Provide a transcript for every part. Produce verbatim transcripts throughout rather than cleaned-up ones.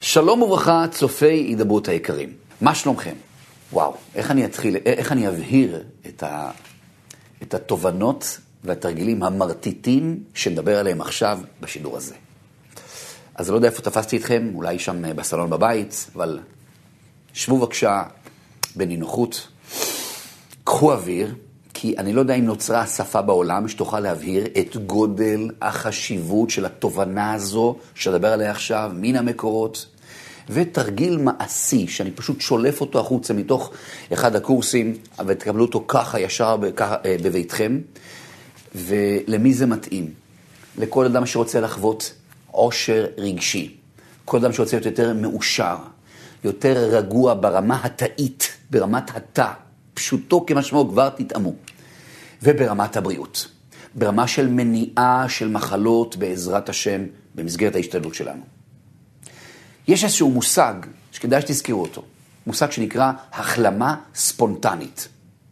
שלום וברכה, צופי הידברות היקרים. מה שלומכם? וואו, איך אני אתחיל, איך אני אבהיר את, ה, את התובנות והתרגילים המרטיטים שנדבר עליהם עכשיו בשידור הזה. אז אני לא יודע איפה תפסתי אתכם, אולי שם בסלון בבית, אבל שבו בבקשה בנינוחות, קחו אוויר, כי אני לא יודע אם נוצרה השפה בעולם שתוכל להבהיר את גודל החשיבות של התובנה הזו שדבר עליה עכשיו מן המקורות, ותרגיל מעשי שאני פשוט שולף אותו החוצה מתוך אחד הקורסים ותקבלו אותו ככה ישר בביתכם. ולמי זה מתאים? לכל אדם שרוצה לחוות עושר רגשי, כל אדם שרוצה להיות יותר מאושר, יותר רגוע ברמה התאית, ברמת התא, פשוטו כמשמעו, כבר תתאמו. וברמת הבריאות, ברמה של מניעה של מחלות בעזרת השם במסגרת ההשתדלות שלנו. יש איזשהו מושג שכדאי שתזכירו אותו, מושג שנקרא החלמה ספונטנית,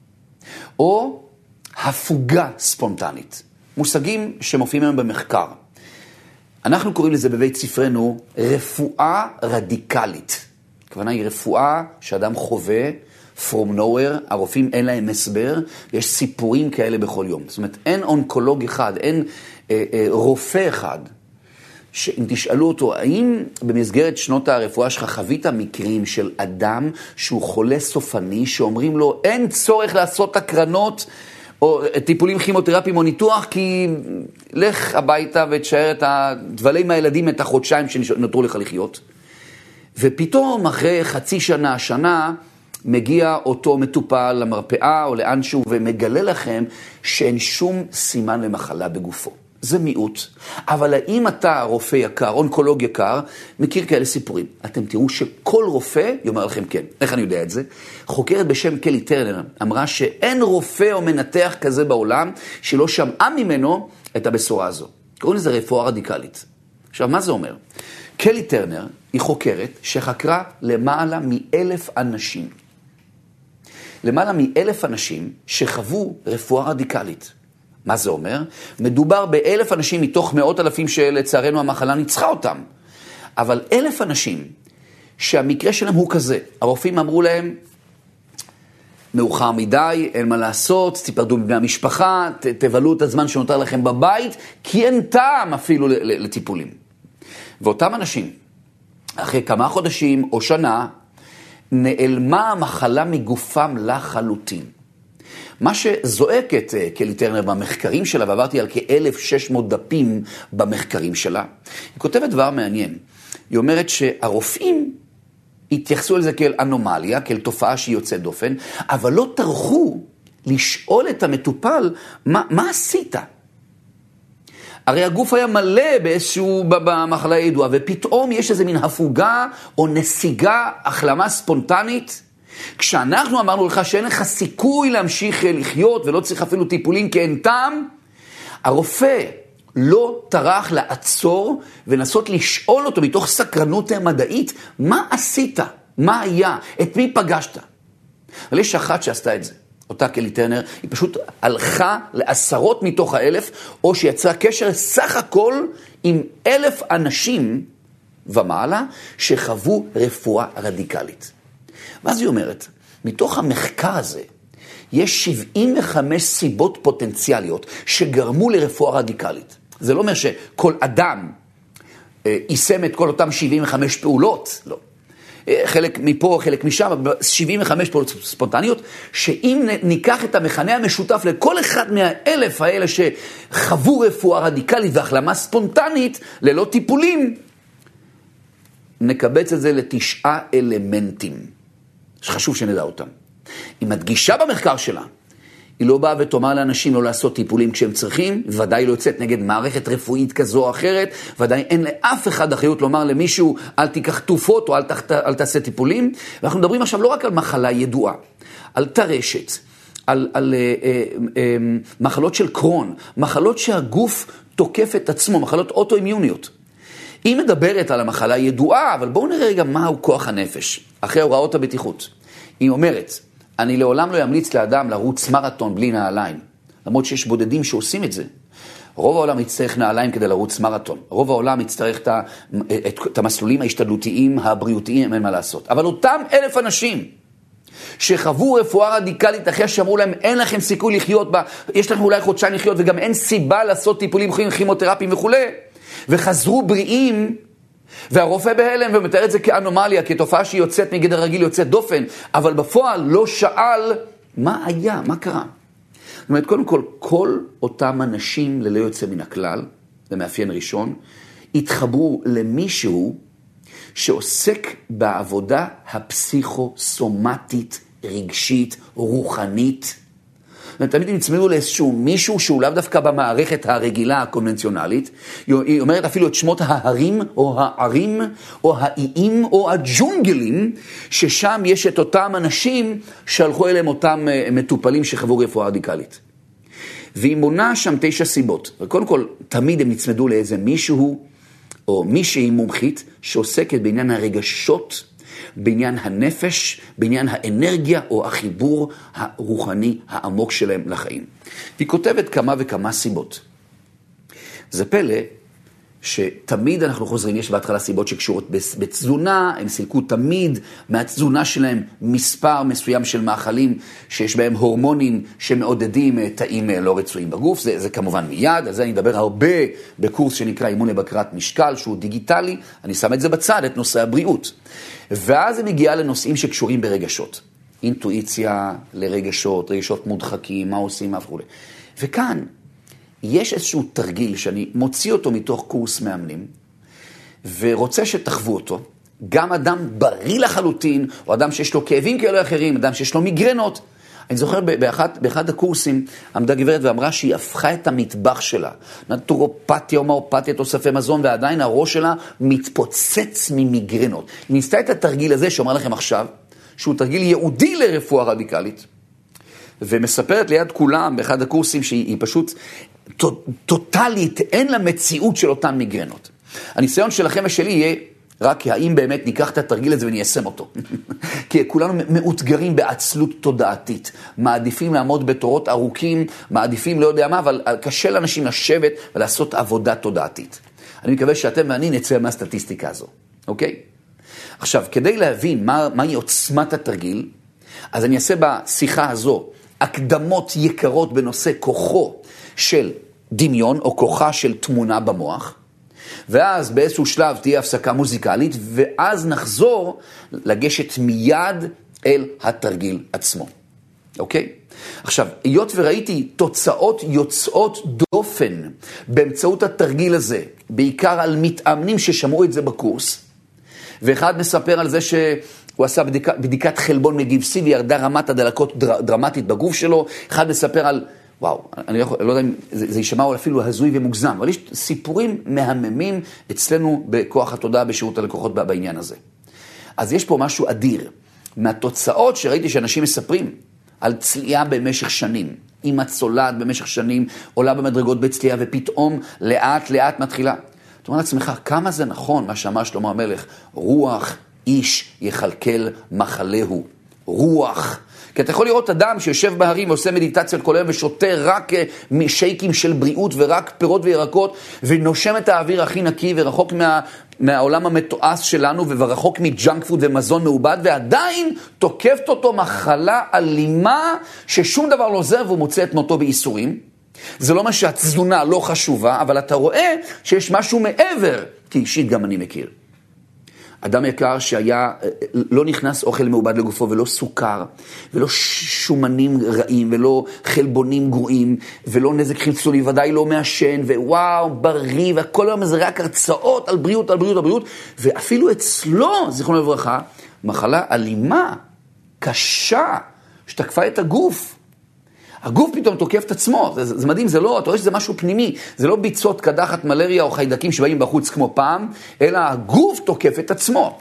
או הפוגה ספונטנית. מושגים שמופיעים היום במחקר. אנחנו קוראים לזה בבית ספרנו רפואה רדיקלית. הכוונה היא רפואה שאדם חווה from nowhere, הרופאים אין להם הסבר, יש סיפורים כאלה בכל יום. זאת אומרת, אין אונקולוג אחד, אין אה, אה, רופא אחד, שאם תשאלו אותו, האם במסגרת שנות הרפואה שלך חווית מקרים של אדם שהוא חולה סופני, שאומרים לו, אין צורך לעשות הקרנות, או טיפולים כימותרפיים או ניתוח, כי לך הביתה ותשאר את הדבלי מהילדים את החודשיים שנותרו לך לחיות. ופתאום אחרי חצי שנה, שנה, מגיע אותו מטופל למרפאה או לאנשהו ומגלה לכם שאין שום סימן למחלה בגופו. זה מיעוט. אבל האם אתה, רופא יקר, אונקולוג יקר, מכיר כאלה סיפורים? אתם תראו שכל רופא יאמר לכם כן. איך אני יודע את זה? חוקרת בשם קלי טרנר אמרה שאין רופא או מנתח כזה בעולם שלא שמעה ממנו את הבשורה הזו. קוראים לזה רפואה רדיקלית. עכשיו, מה זה אומר? קלי טרנר היא חוקרת שחקרה למעלה מאלף אנשים. למעלה מאלף אנשים שחוו רפואה רדיקלית. מה זה אומר? מדובר באלף אנשים מתוך מאות אלפים שלצערנו המחלה ניצחה אותם. אבל אלף אנשים שהמקרה שלהם הוא כזה. הרופאים אמרו להם, מאוחר מדי, אין מה לעשות, תיפרדו מבני המשפחה, ת, תבלו את הזמן שנותר לכם בבית, כי אין טעם אפילו לטיפולים. ואותם אנשים, אחרי כמה חודשים או שנה, נעלמה המחלה מגופם לחלוטין. מה שזועקת קלי טרנר במחקרים שלה, ועברתי על כ-אלף ושש מאות דפים במחקרים שלה, היא כותבת דבר מעניין. היא אומרת שהרופאים התייחסו לזה כאל אנומליה, כאל תופעה שהיא יוצאת דופן, אבל לא טרחו לשאול את המטופל, מה, מה עשית? הרי הגוף היה מלא באיזשהו במחלה ידועה, ופתאום יש איזה מין הפוגה או נסיגה, החלמה ספונטנית. כשאנחנו אמרנו לך שאין לך סיכוי להמשיך לחיות, ולא צריך אפילו טיפולים כי אין טעם, הרופא לא טרח לעצור ונסות לשאול אותו מתוך סקרנות מדעית, מה עשית? מה היה? את מי פגשת? אבל יש אחת שעשתה את זה. אותה קלי טרנר, היא פשוט הלכה לעשרות מתוך האלף, או שיצרה קשר סך הכל עם אלף אנשים ומעלה, שחוו רפואה רדיקלית. ואז היא אומרת, מתוך המחקר הזה, יש שבעים וחמש סיבות פוטנציאליות שגרמו לרפואה רדיקלית. זה לא אומר שכל אדם אה, יישם את כל אותם שבעים וחמש פעולות, לא. חלק מפה, חלק משם, שבעים וחמש פעולות ספונטניות, שאם ניקח את המכנה המשותף לכל אחד מהאלף האלה שחוו רפואה רדיקלית והחלמה ספונטנית, ללא טיפולים, נקבץ את זה לתשעה אלמנטים, שחשוב שנדע אותם. היא מדגישה במחקר שלה, היא לא באה ותאמר לאנשים לא לעשות טיפולים כשהם צריכים, ודאי לא יוצאת נגד מערכת רפואית כזו או אחרת, ודאי אין לאף אחד אחריות לומר למישהו, אל תיקח תרופות או אל, ת, אל תעשה טיפולים. ואנחנו מדברים עכשיו לא רק על מחלה ידועה, על טרשת, על, על אה, אה, אה, מחלות של קרון, מחלות שהגוף תוקף את עצמו, מחלות אוטואימיוניות. היא מדברת על המחלה ידועה, אבל בואו נראה רגע מהו כוח הנפש, אחרי הוראות הבטיחות. היא אומרת, אני לעולם לא ימליץ לאדם לרוץ מרתון בלי נעליים, למרות שיש בודדים שעושים את זה. רוב העולם יצטרך נעליים כדי לרוץ מרתון. רוב העולם יצטרך את, את, את המסלולים ההשתדלותיים, הבריאותיים, אין מה לעשות. אבל אותם אלף אנשים שחוו רפואה רדיקלית אחרי שאמרו להם, אין לכם סיכוי לחיות בה, יש לכם אולי חודשיים לחיות, וגם אין סיבה לעשות טיפולים כימותרפיים וכו', וחזרו בריאים, והרופא בהלם ומתאר את זה כאנומליה, כתופעה שהיא יוצאת מגדר רגיל, יוצאת דופן, אבל בפועל לא שאל מה היה, מה קרה. זאת אומרת, קודם כל, כל אותם אנשים ללא יוצא מן הכלל, זה מאפיין ראשון, התחברו למישהו שעוסק בעבודה הפסיכוסומטית, רגשית, רוחנית. תמיד נצמדו לאיזשהו מישהו שהוא לאו דווקא במערכת הרגילה הקונבנציונלית. היא אומרת אפילו את שמות ההרים או הערים או האיים או הג'ונגלים, ששם יש את אותם אנשים שהלכו אליהם אותם מטופלים שחוו רפואה רדיקלית. והיא מונה שם תשע סיבות. קודם כל, תמיד הם נצמדו לאיזה מישהו או מישהי מומחית שעוסקת בעניין הרגשות, בעניין הנפש, בעניין האנרגיה או החיבור הרוחני העמוק שלהם לחיים. והיא כותבת כמה וכמה סיבות. זה פלא שתמיד אנחנו חוזרים, יש בהתחלה סיבות שקשורות בתזונה, הם סילקו תמיד מהתזונה שלהם מספר מסוים של מאכלים שיש בהם הורמונים שמעודדים תאים לא רצויים בגוף, זה, זה כמובן מיד, על זה אני אדבר הרבה בקורס שנקרא אימון לבקרת משקל, שהוא דיגיטלי, אני שם את זה בצד, את נושא הבריאות. ואז זה מגיע לנושאים שקשורים ברגשות, אינטואיציה לרגשות, רגשות מודחקים, מה עושים, מה וכו'. וכאן, יש איזשהו תרגיל שאני מוציא אותו מתוך קורס מאמנים, ורוצה שתחוו אותו, גם אדם בריא לחלוטין, או אדם שיש לו כאבים כאלה אחרים, אדם שיש לו מיגרנות. אני זוכר באחד, באחד הקורסים, עמדה גברת ואמרה שהיא הפכה את המטבח שלה, נטורופתיה, הומאופתיה, תוספי מזון, ועדיין הראש שלה מתפוצץ ממיגרנות. היא ניסתה את התרגיל הזה שאומר לכם עכשיו, שהוא תרגיל ייעודי לרפואה רדיקלית, ומספרת ליד כולם באחד הקורסים שהיא פשוט טוטלית, אין לה מציאות של אותן מיגרנות. הניסיון שלכם ושלי יהיה רק האם באמת ניקח את התרגיל הזה וניישם אותו. כי כולנו מאותגרים בעצלות תודעתית, מעדיפים לעמוד בתורות ארוכים, מעדיפים לא יודע מה, אבל קשה לאנשים לשבת ולעשות עבודה תודעתית. אני מקווה שאתם ואני נצא מהסטטיסטיקה הזו, אוקיי? עכשיו, כדי להבין מה, מהי עוצמת התרגיל, אז אני אעשה בשיחה הזו הקדמות יקרות בנושא כוחו של דמיון או כוחה של תמונה במוח, ואז באיזשהו שלב תהיה הפסקה מוזיקלית, ואז נחזור לגשת מיד אל התרגיל עצמו. אוקיי? עכשיו, היות וראיתי תוצאות יוצאות דופן באמצעות התרגיל הזה, בעיקר על מתאמנים ששמעו את זה בקורס, ואחד מספר על זה ש... הוא עשה בדיקה, בדיקת חלבון מגיב C וירדה רמת הדלקות דר, דרמטית בגוף שלו. אחד מספר על, וואו, אני לא, לא יודע אם זה, זה יישמע אפילו הזוי ומוגזם, אבל יש סיפורים מהממים אצלנו בכוח התודעה בשירות הלקוחות בעניין הזה. אז יש פה משהו אדיר. מהתוצאות שראיתי שאנשים מספרים על צליעה במשך שנים, עם הצולד במשך שנים, עולה במדרגות בצליעה ופתאום לאט לאט מתחילה. אתה אומר לעצמך, כמה זה נכון מה שאמר שלמה המלך, רוח איש יחלקל מחלהו, רוח. כי אתה יכול לראות אדם שיושב בהרים ועושה מדיטציות כל היום ושותה רק משייקים של בריאות ורק פירות וירקות ונושם את האוויר הכי נקי ורחוק מה, מהעולם המתועש שלנו ורחוק מג'אנק פוד ומזון מעובד, ועדיין תוקפת אותו מחלה אלימה ששום דבר לא עוזר והוא מוצא את מותו באיסורים. זה לא מה שהתזונה לא חשובה, אבל אתה רואה שיש משהו מעבר, כי אישית גם אני מכיר. אדם יקר שהיה, לא נכנס אוכל מעובד לגופו, ולא סוכר, ולא שומנים רעים, ולא חלבונים גרועים, ולא נזק חיצוני, ודאי לא מעשן, ווואו, בריא, והכל היום זה רק הרצאות על בריאות, על בריאות, על בריאות, ואפילו אצלו, זיכרונו לברכה, מחלה אלימה, קשה, שתקפה את הגוף. הגוף פתאום תוקף את עצמו, זה, זה מדהים, זה לא, אתה רואה שזה משהו פנימי, זה לא ביצות, קדחת, מלריה או חיידקים שבאים בחוץ כמו פעם, אלא הגוף תוקף את עצמו.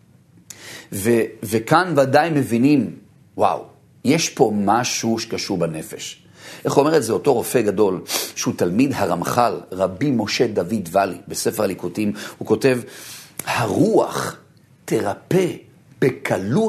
ו, וכאן ודאי מבינים, וואו, יש פה משהו שקשור בנפש. איך אומר את זה אותו רופא גדול, שהוא תלמיד הרמח"ל, רבי משה דוד ואלי, בספר הליקוטים, הוא כותב, הרוח תרפא בקלות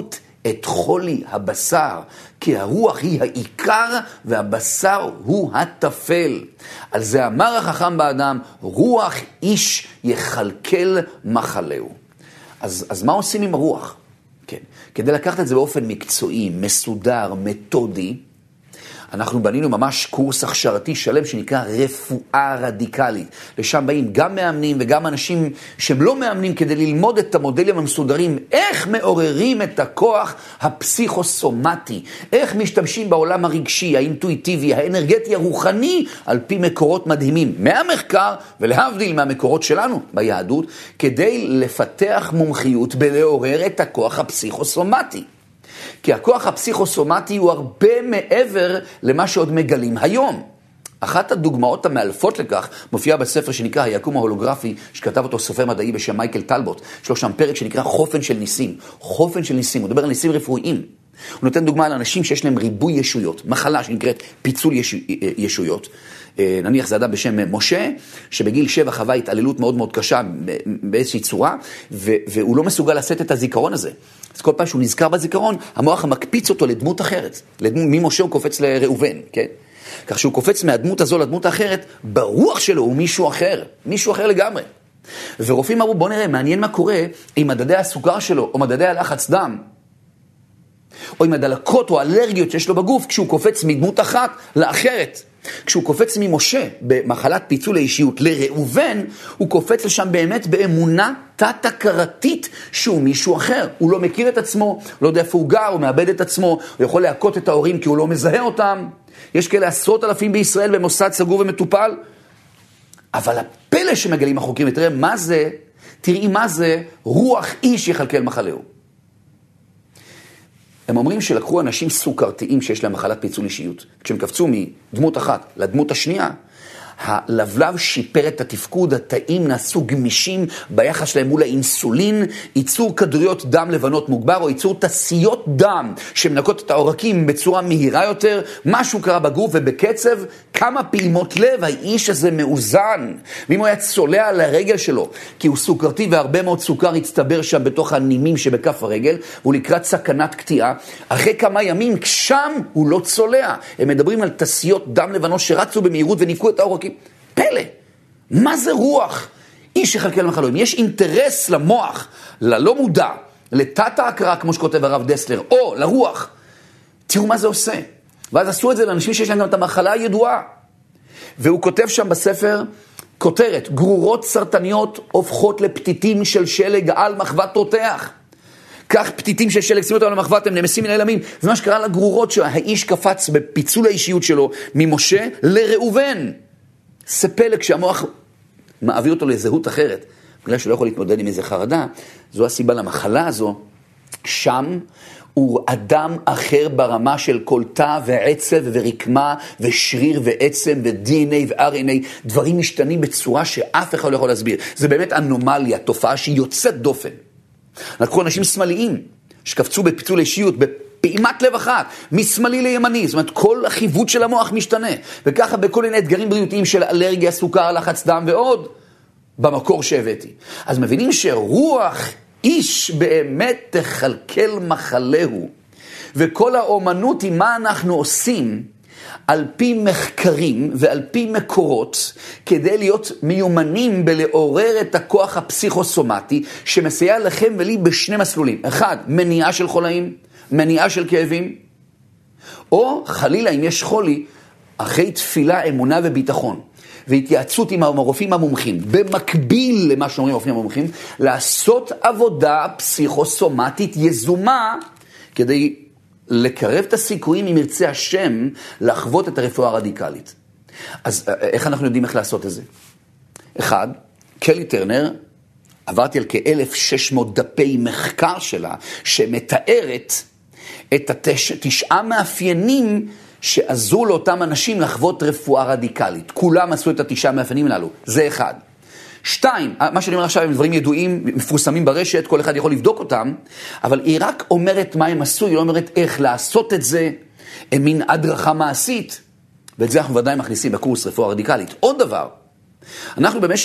את חולי הבשר, כי הרוח היא העיקר והבשר הוא הטפל. על זה אמר החכם באדם, רוח איש יכלכל מחלהו. אז, אז מה עושים עם הרוח? כן. כדי לקחת את זה באופן מקצועי, מסודר, מתודי, אנחנו בנינו ממש קורס הכשרתי שלם שנקרא רפואה רדיקלית. לשם באים גם מאמנים וגם אנשים שהם לא מאמנים כדי ללמוד את המודלים המסודרים, איך מעוררים את הכוח הפסיכוסומטי, איך משתמשים בעולם הרגשי, האינטואיטיבי, האנרגטי, הרוחני, על פי מקורות מדהימים מהמחקר ולהבדיל מהמקורות שלנו ביהדות, כדי לפתח מומחיות בלעורר את הכוח הפסיכוסומטי. כי הכוח הפסיכוסומטי הוא הרבה מעבר למה שעוד מגלים היום. אחת הדוגמאות המאלפות לכך מופיעה בספר שנקרא היקום ההולוגרפי, שכתב אותו סופר מדעי בשם מייקל טלבוט. יש לו שם פרק שנקרא חופן של ניסים. חופן של ניסים, הוא מדבר על ניסים רפואיים. הוא נותן דוגמה לאנשים שיש להם ריבוי ישויות, מחלה שנקראת פיצול ישו, ישויות. נניח זה אדם בשם משה, שבגיל שבע חווה התעללות מאוד מאוד קשה באיזושהי צורה, והוא לא מסוגל לשאת את הזיכרון הזה. אז כל פעם שהוא נזכר בזיכרון, המוח מקפיץ אותו לדמות אחרת. לדמות, ממשה הוא קופץ לראובן, כן? כך שהוא קופץ מהדמות הזו לדמות האחרת, ברוח שלו הוא מישהו אחר, מישהו אחר לגמרי. ורופאים אמרו, בוא נראה, מעניין מה קורה עם מדדי הסוכר שלו, או מדדי הלחץ דם, או עם הדלקות או אלרגיות שיש לו בגוף, כשהוא קופץ מדמות אחת לאחרת. כשהוא קופץ ממשה במחלת פיצול האישיות לראובן, הוא קופץ לשם באמת באמונה תת-הכרתית שהוא מישהו אחר. הוא לא מכיר את עצמו, לא יודע איפה הוא גר, הוא מאבד את עצמו, הוא יכול להכות את ההורים כי הוא לא מזהה אותם. יש כאלה עשרות אלפים בישראל במוסד סגור ומטופל. אבל הפלא שמגלים החוקרים, תראה מה זה, תראי מה זה, רוח איש יכלכל מחלהו. הם אומרים שלקחו אנשים סוכרתיים שיש להם מחלת פיצול אישיות. כשהם קפצו מדמות אחת לדמות השנייה, הלבלב שיפר את התפקוד, התאים נעשו גמישים ביחס שלהם מול האינסולין, ייצור כדוריות דם לבנות מוגבר, או ייצור תסיות דם שמנקות את העורקים בצורה מהירה יותר, משהו קרה בגוף ובקצב, כמה פעימות לב, האיש הזה מאוזן. ואם הוא היה צולע על הרגל שלו, כי הוא סוכרתי והרבה מאוד סוכר הצטבר שם בתוך הנימים שבכף הרגל, והוא לקראת סכנת קטיעה, אחרי כמה ימים שם הוא לא צולע. הם מדברים על תסיות דם לבנות שרצו במהירות וניקו את העורקים. פלא, מה זה רוח? איש יכלכל מחלהו. אם יש אינטרס למוח, ללא מודע, לתת ההכרה, כמו שכותב הרב דסלר, או לרוח, תראו מה זה עושה. ואז עשו את זה לאנשים שיש להם גם את המחלה הידועה. והוא כותב שם בספר, כותרת, גרורות סרטניות הופכות לפתיתים של שלג על מחוות רותח. כך פתיתים של שלג, שימו אותם למחוות, הם נמסים מן הילמים. זה מה שקרה לגרורות שהאיש קפץ בפיצול האישיות שלו ממשה לראובן. זה פלא כשהמוח מעביר אותו לזהות אחרת, בגלל שלא יכול להתמודד עם איזה חרדה, זו הסיבה למחלה הזו, שם הוא אדם אחר ברמה של כל תא ועצב ורקמה ושריר ועצם ו-די אן איי ו-אר אן איי, דברים משתנים בצורה שאף אחד לא יכול להסביר. זה באמת אנומליה, תופעה שהיא יוצאת דופן. לקחו אנשים שמאליים שקפצו בפיצול אישיות, פעימת לב אחת, משמאלי לימני, זאת אומרת, כל החיווט של המוח משתנה, וככה בכל מיני אתגרים בריאותיים של אלרגיה, סוכר, לחץ דם ועוד, במקור שהבאתי. אז מבינים שרוח איש באמת תכלכל מחלהו, וכל האומנות היא מה אנחנו עושים, על פי מחקרים ועל פי מקורות, כדי להיות מיומנים בלעורר את הכוח הפסיכוסומטי, שמסייע לכם ולי בשני מסלולים. אחד, מניעה של חולאים, מניעה של כאבים, או חלילה אם יש חולי, אחרי תפילה, אמונה וביטחון, והתייעצות עם הרופאים המומחים, במקביל למה שאומרים הרופאים המומחים, לעשות עבודה פסיכוסומטית יזומה, כדי לקרב את הסיכויים אם ירצה השם, לחוות את הרפואה הרדיקלית. אז איך אנחנו יודעים איך לעשות את זה? אחד, קלי טרנר, עברתי על כ-אלף ושש מאות דפי מחקר שלה, שמתארת את התשעה מאפיינים שעזרו לאותם אנשים לחוות רפואה רדיקלית. כולם עשו את התשעה מאפיינים הללו. זה אחד. שתיים, מה שאני אומר עכשיו הם דברים ידועים, מפורסמים ברשת, כל אחד יכול לבדוק אותם, אבל היא רק אומרת מה הם עשו, היא לא אומרת איך לעשות את זה, הם מין הדרכה מעשית, ואת זה אנחנו ודאי מכניסים בקורס רפואה רדיקלית. עוד דבר, אנחנו במשך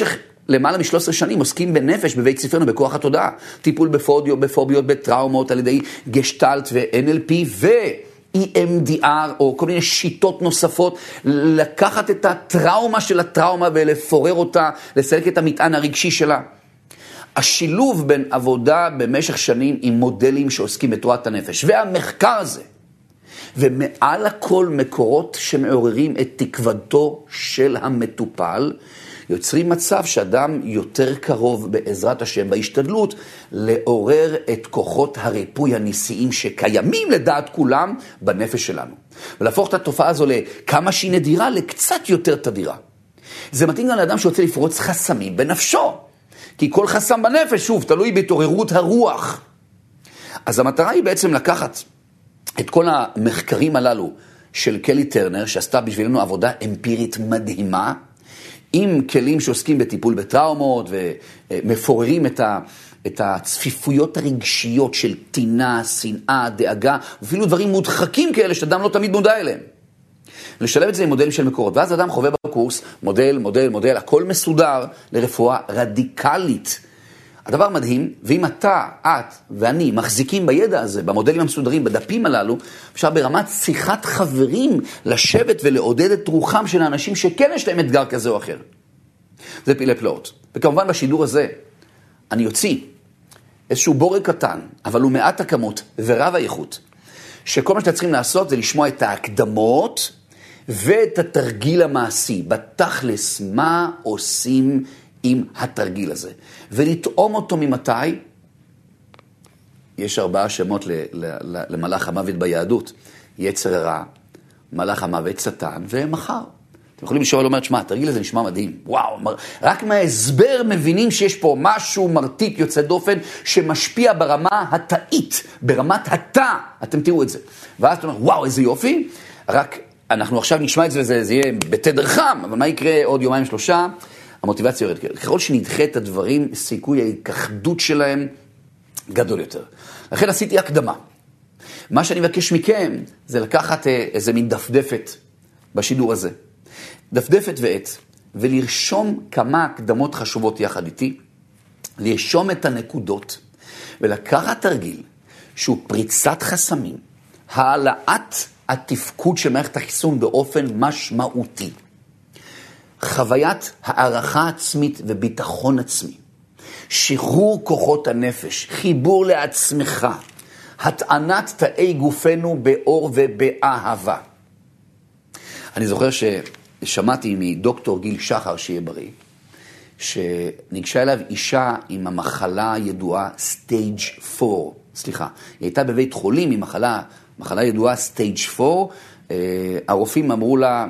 למעלה מ-שלוש עשרה שנים עוסקים בנפש בבית ספרנו, בכוח התודעה. טיפול בפוביות, בפוביות, בטראומות, על ידי גשטלט ו-אן אל פי ו-אי אם די אר, או כל מיני שיטות נוספות, לקחת את הטראומה של הטראומה ולפורר אותה, לסלק את המטען הרגשי שלה. השילוב בין עבודה במשך שנים עם מודלים שעוסקים בתורת הנפש, והמחקר הזה, ומעל הכל מקורות שמעוררים את תקוותו של המטופל, יוצרים מצב שאדם יותר קרוב בעזרת השם בהשתדלות לעורר את כוחות הריפוי הניסיים שקיימים לדעת כולם בנפש שלנו. ולהפוך את התופעה הזו לכמה שהיא נדירה לקצת יותר תדירה. זה מתאים גם לאדם שרוצה לפרוץ חסמים בנפשו. כי כל חסם בנפש, שוב, תלוי בהתעוררות הרוח. אז המטרה היא בעצם לקחת את כל המחקרים הללו של קלי טרנר, שעשתה בשבילנו עבודה אמפירית מדהימה, עם כלים שעוסקים בטיפול בטראומות, ומפוררים את, ה, את הצפיפויות הרגשיות של טינה, שנאה, דאגה, אפילו דברים מודחקים כאלה שאדם לא תמיד מודע אליהם. לשלב את זה עם מודלים של מקורות, ואז אדם חווה בקורס מודל, מודל, מודל, הכל מסודר לרפואה רדיקלית. הדבר מדהים, ואם אתה, את ואני מחזיקים בידע הזה, במודלים המסודרים, בדפים הללו, אפשר ברמת שיחת חברים לשבת ולעודד את רוחם של האנשים שכן יש להם אתגר כזה או אחר. זה פילי פלאות. וכמובן בשידור הזה, אני יוציא איזשהו בורג קטן, אבל הוא מעט הכמות ורב האיכות, שכל מה שאתם צריכים לעשות זה לשמוע את ההקדמות ואת התרגיל המעשי. בתכלס, מה עושים עם התרגיל הזה? ולטעום אותו ממתי? יש ארבעה שמות למלאך המוות ביהדות. יצר הרע, מלאך המוות שטן ומחר. אתם יכולים לשאול, אומר, שמה, התרגיל הזה נשמע מדהים. וואו, רק מההסבר מבינים שיש פה משהו מרתיק יוצא דופן שמשפיע ברמה התאית, ברמת התא. אתם תראו את זה. ואז אתה אומר, וואו, איזה יופי. רק אנחנו עכשיו נשמע את זה וזה זה יהיה בתדר חם, אבל מה יקרה עוד יומיים שלושה? המוטיבציה יורד. ככל שנדחה את הדברים, סיכוי ההתאחדות שלהם גדול יותר. לכן עשיתי הקדמה. מה שאני מבקש מכם זה לקחת איזה מין דפדפת בשידור הזה. דפדפת ועט, ולרשום כמה הקדמות חשובות יחד איתי, לרשום את הנקודות, ולקחת תרגיל שהוא פריצת חסמים, העלאת התפקוד של מערכת החיסון באופן משמעותי, חוויית הערכה עצמית וביטחון עצמי, שחרור כוחות הנפש, חיבור לעצמך, הטענת תאי גופנו באור ובאהבה. אני זוכר ששמעתי מדוקטור גיל שחר, שיהיה בריא, שניגשה אליו אישה עם המחלה הידועה סטייג' ארבע, סליחה, היא הייתה בבית חולים עם מחלה, מחלה ידועה סטייג' ארבע, הרופאים אמרו לה,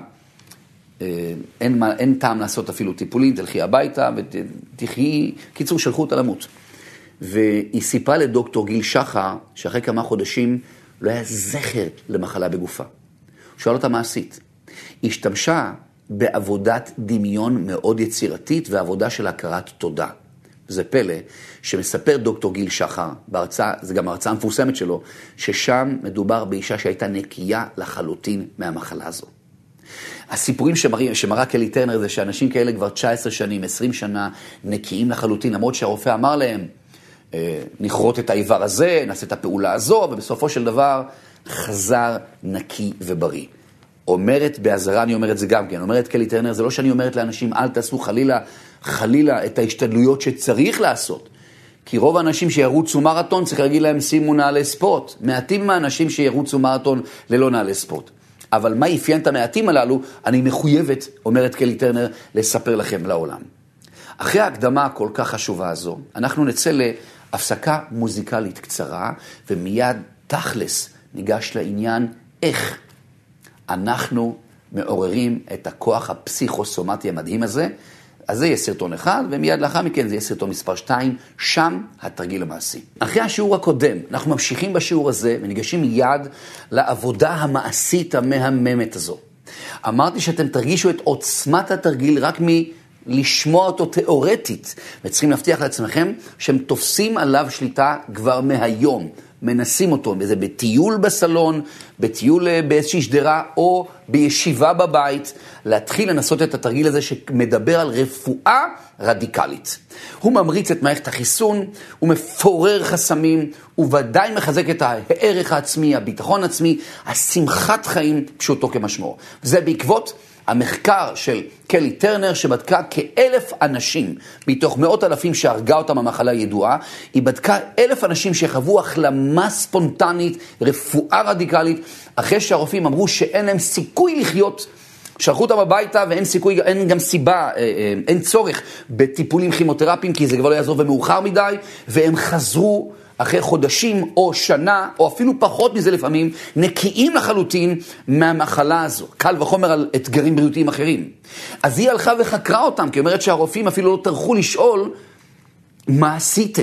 אין, אין טעם לעשות אפילו טיפולים, תלכי הביתה ותחי, קיצור שלחו אותה למות. והיא סיפרה לדוקטור גיל שחר, שאחרי כמה חודשים לא היה זכר למחלה בגופה. הוא שאל אותה מה עשית? היא השתמשה בעבודת דמיון מאוד יצירתית, ועבודה של הכרת תודה. זה פלא שמספר דוקטור גיל שחר, בהרצאה, זה גם ההרצאה המפורסמת שלו, ששם מדובר באישה שהייתה נקייה לחלוטין מהמחלה הזו. הסיפורים שמראה, שמראה קלי טרנר זה שאנשים כאלה כבר תשע עשרה שנים, עשרים שנה, נקיים לחלוטין, למרות שהרופא אמר להם, נכרות את האיבר הזה, נעשה את הפעולה הזו, ובסופו של דבר חזר נקי ובריא. אומרת בעזרה, אני אומרת זה גם כן, אומרת קלי טרנר, זה לא שאני אומרת לאנשים, אל תעשו חלילה, חלילה את ההשתדלויות שצריך לעשות. כי רוב האנשים שירוצו מרתון, צריך להגיד להם, שימו נעלי ספורט. מעטים מהאנשים שירוצו מרתון ללא נעלי ספורט. אבל מה יפיין את המעטים הללו, אני מחויבת, אומרת קלי טרנר, לספר לכם לעולם. אחרי ההקדמה הכל כך חשובה הזו, אנחנו נצא להפסקה מוזיקלית קצרה, ומיד תכלס ניגש לעניין איך אנחנו מעוררים את הכוח הפסיכוסומטי המדהים הזה. אז זה יהיה סרטון אחד, ומיד לאחר מכן זה יהיה סרטון מספר שתיים, שם התרגיל המעשי. אחרי השיעור הקודם, אנחנו ממשיכים בשיעור הזה, וניגשים מיד לעבודה המעשית המהממת הזו. אמרתי שאתם תרגישו את עוצמת התרגיל רק לשמוע אותו תיאורטית, וצריכים להבטיח לעצמכם שהם תופסים עליו שליטה כבר מהיום. מנסים אותו, זה בטיול בסלון, בטיול באיזושהי שדרה, או בישיבה בבית, להתחיל לנסות את התרגיל הזה שמדבר על רפואה רדיקלית. הוא ממריץ את מערכת החיסון, הוא מפורר חסמים, הוא ודאי מחזק את הערך העצמי, הביטחון העצמי, השמחת חיים פשוטו כמשמעו. זה בעקבות המחקר של קלי טרנר, שבדקה כאלף אנשים, מתוך מאות אלפים שהרגה אותם המחלה הידועה, היא בדקה אלף אנשים שחוו החלמה ספונטנית, רפואה רדיקלית, אחרי שהרופאים אמרו שאין להם סיכוי לחיות, שלחו אותם הביתה ואין סיכוי, אין גם סיבה, אין צורך בטיפולים כימותרפיים, כי זה כבר לא יעזור ומאוחר מדי, והם חזרו אחרי חודשים או שנה, או אפילו פחות מזה לפעמים, נקיים לחלוטין מהמחלה הזו. קל וחומר על אתגרים בריאותיים אחרים. אז היא הלכה וחקרה אותם, כי אומרת שהרופאים אפילו לא טרחו לשאול מה עשיתם.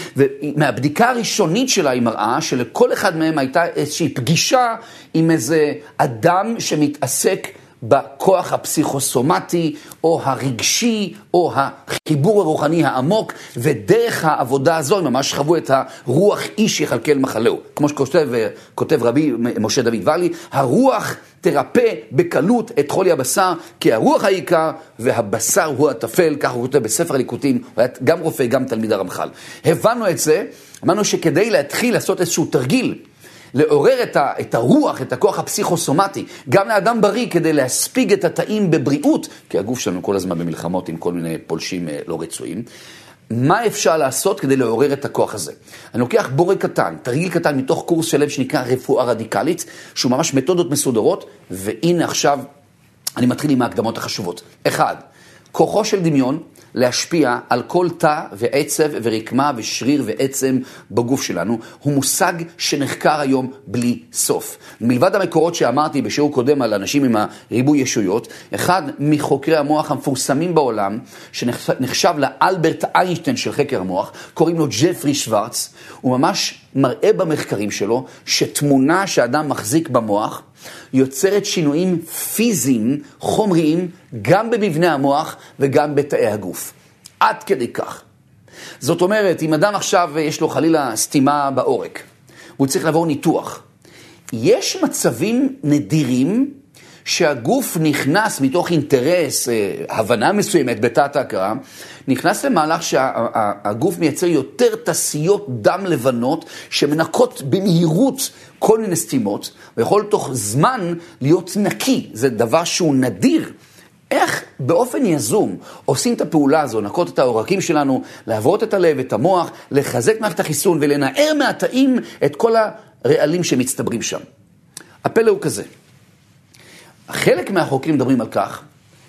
ומהבדיקה הראשונית שלה היא מראה שלכל אחד מהם הייתה איזושהי פגישה עם איזה אדם שמתעסק בכוח הפסיכוסומטי, או הרגשי, או החיבור הרוחני העמוק, ודרך העבודה הזו הם ממש חוו את הרוח איש יחלקל מחלהו. כמו שכותב כותב רבי משה דוד ואלי, הרוח תרפא בקלות את חולי הבשר, כי הרוח העיקר והבשר הוא הטפל, כך הוא כותב בספר הליקוטים, הוא היה גם רופא, גם תלמיד הרמח"ל. הבנו את זה, אמרנו שכדי להתחיל לעשות איזשהו תרגיל, לעורר את, ה, את הרוח, את הכוח הפסיכוסומטי, גם לאדם בריא כדי להספיג את התאים בבריאות, כי הגוף שלנו כל הזמן במלחמות עם כל מיני פולשים לא רצויים. מה אפשר לעשות כדי לעורר את הכוח הזה? אני לוקח בורא קטן, תרגיל קטן מתוך קורס שלם שנקרא רפואה רדיקלית, שהוא ממש מתודות מסודרות, והנה עכשיו אני מתחיל עם ההקדמות החשובות. אחד, כוחו של דמיון להשפיע על כל תא ועצב ורקמה ושריר ועצם בגוף שלנו, הוא מושג שנחקר היום בלי סוף. מלבד המקורות שאמרתי בשיעור קודם על אנשים עם הריבוי ישויות, אחד מחוקרי המוח המפורסמים בעולם, שנחשב לאלברט איינשטיין של חקר המוח, קוראים לו ג'פרי שוורץ, הוא ממש מראה במחקרים שלו שתמונה שאדם מחזיק במוח, יוצרת שינויים פיזיים, חומריים, גם במבנה המוח וגם בתאי הגוף. עד כדי כך. זאת אומרת, אם אדם עכשיו יש לו חלילה סתימה בעורק, הוא צריך לעבור ניתוח. יש מצבים נדירים שהגוף נכנס מתוך אינטרס, הבנה מסוימת בתת ההכרה, נכנס למהלך שהגוף מייצר יותר תעשיות דם לבנות שמנקות במהירות כל מיני סתימות, ויכול תוך זמן להיות נקי. זה דבר שהוא נדיר. איך באופן יזום עושים את הפעולה הזו, נקות את העורקים שלנו, לעבוד את הלב, את המוח, לחזק מערכת החיסון ולנער מהתאים את כל הרעלים שמצטברים שם. הפלא הוא כזה. חלק מהחוקרים מדברים על כך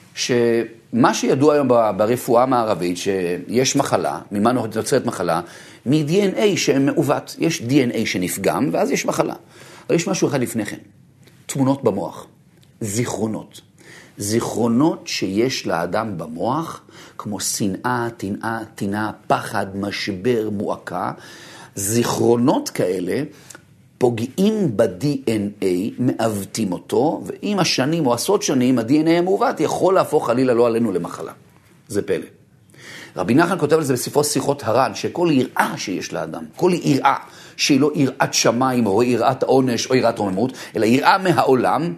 שמה שידוע היום ברפואה המערבית, שיש מחלה, ממה נוצרת מחלה, מ-די אן איי שמעוות. יש די אן איי שנפגם, ואז יש מחלה. אבל יש משהו אחד לפני כן. תמונות במוח. זיכרונות. זיכרונות שיש לאדם במוח, כמו שנאה, תנאה, תנאה, פחד, משבר, מועקה. זיכרונות כאלה פוגעים ב-די אן איי, מעוותים אותו, ועם השנים או עשרות שנים, ה-די אן איי המעוות יכול להפוך חלילה לא עלינו למחלה. זה פלא. רבי נחמן כותב על זה בספרו שיחות הר"ן, שכל יראה שיש לאדם, כל יראה, שהיא לא יראת שמיים, או יראת העונש, או יראת רוממות, אלא יראה מהעולם,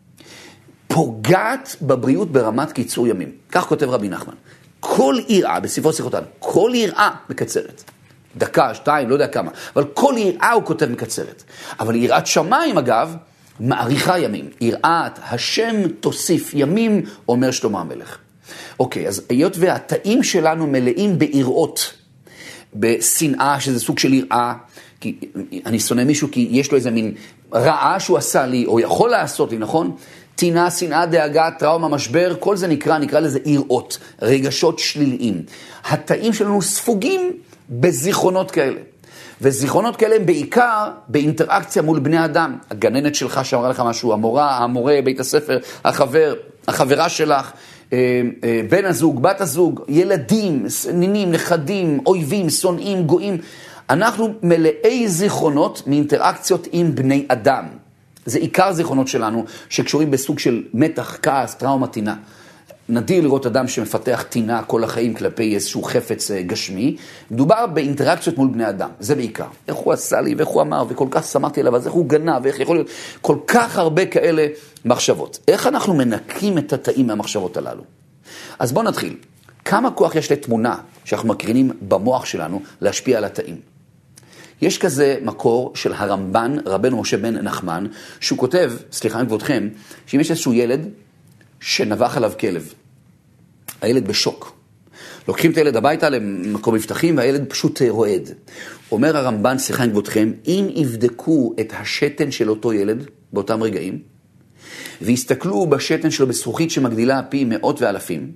פוגעת בבריאות ברמת קיצור ימים. כך כותב רבי נחמן. כל יראה, בספרו שיחות הר"ן, כל יראה מקצרת. דקה, שתיים, לא יודע כמה. אבל כל יראה הוא כותב מקצרת. אבל יראת שמיים, אגב, מעריכה ימים. יראת השם תוסיף ימים, אומר שלמה המלך. אוקיי, אז היות והתאים שלנו מלאים ביראות, בשנאה, שזה סוג של יראה, כי אני שונא מישהו כי יש לו איזה מין רעה שהוא עשה לי, או יכול לעשות לי, נכון? תינה, שנאה, דאגה, טראומה, משבר, כל זה נקרא, נקרא לזה יראות, רגשות שליליים. התאים שלנו ספוגים בזיכרונות כאלה. וזיכרונות כאלה הם בעיקר באינטראקציה מול בני אדם. הגננת שלך שאמרה לך משהו, המורה, המורה, בית הספר, החבר, החברה שלך, בן הזוג, בת הזוג, ילדים, נינים, נכדים, אויבים, שונאים, גויים. אנחנו מלאי זיכרונות מאינטראקציות עם בני אדם. זה עיקר זיכרונות שלנו שקשורים בסוג של מתח, כעס, טראומה, תינה. נדיר לראות אדם שמפתח טינה כל החיים כלפי איזשהו חפץ גשמי. מדובר באינטראקציות מול בני אדם, זה בעיקר. איך הוא עשה לי, ואיך הוא אמר, וכל כך שמחתי עליו, אז איך הוא גנב, ואיך יכול להיות, כל כך הרבה כאלה מחשבות. איך אנחנו מנקים את התאים מהמחשבות הללו? אז בואו נתחיל. כמה כוח יש לתמונה שאנחנו מקרינים במוח שלנו להשפיע על התאים? יש כזה מקור של הרמב"ן, רבנו משה בן נחמן, שהוא כותב, סליחה מכבודכם, שאם יש איזשהו ילד שנבח עליו כלב, הילד בשוק. לוקחים את הילד הביתה למקום מבטחים, והילד פשוט רועד. אומר הרמב"ן, סליחה מכבודכם, אם יבדקו את השתן של אותו ילד באותם רגעים, ויסתכלו בשתן שלו בזכוכית שמגדילה פי מאות ואלפים,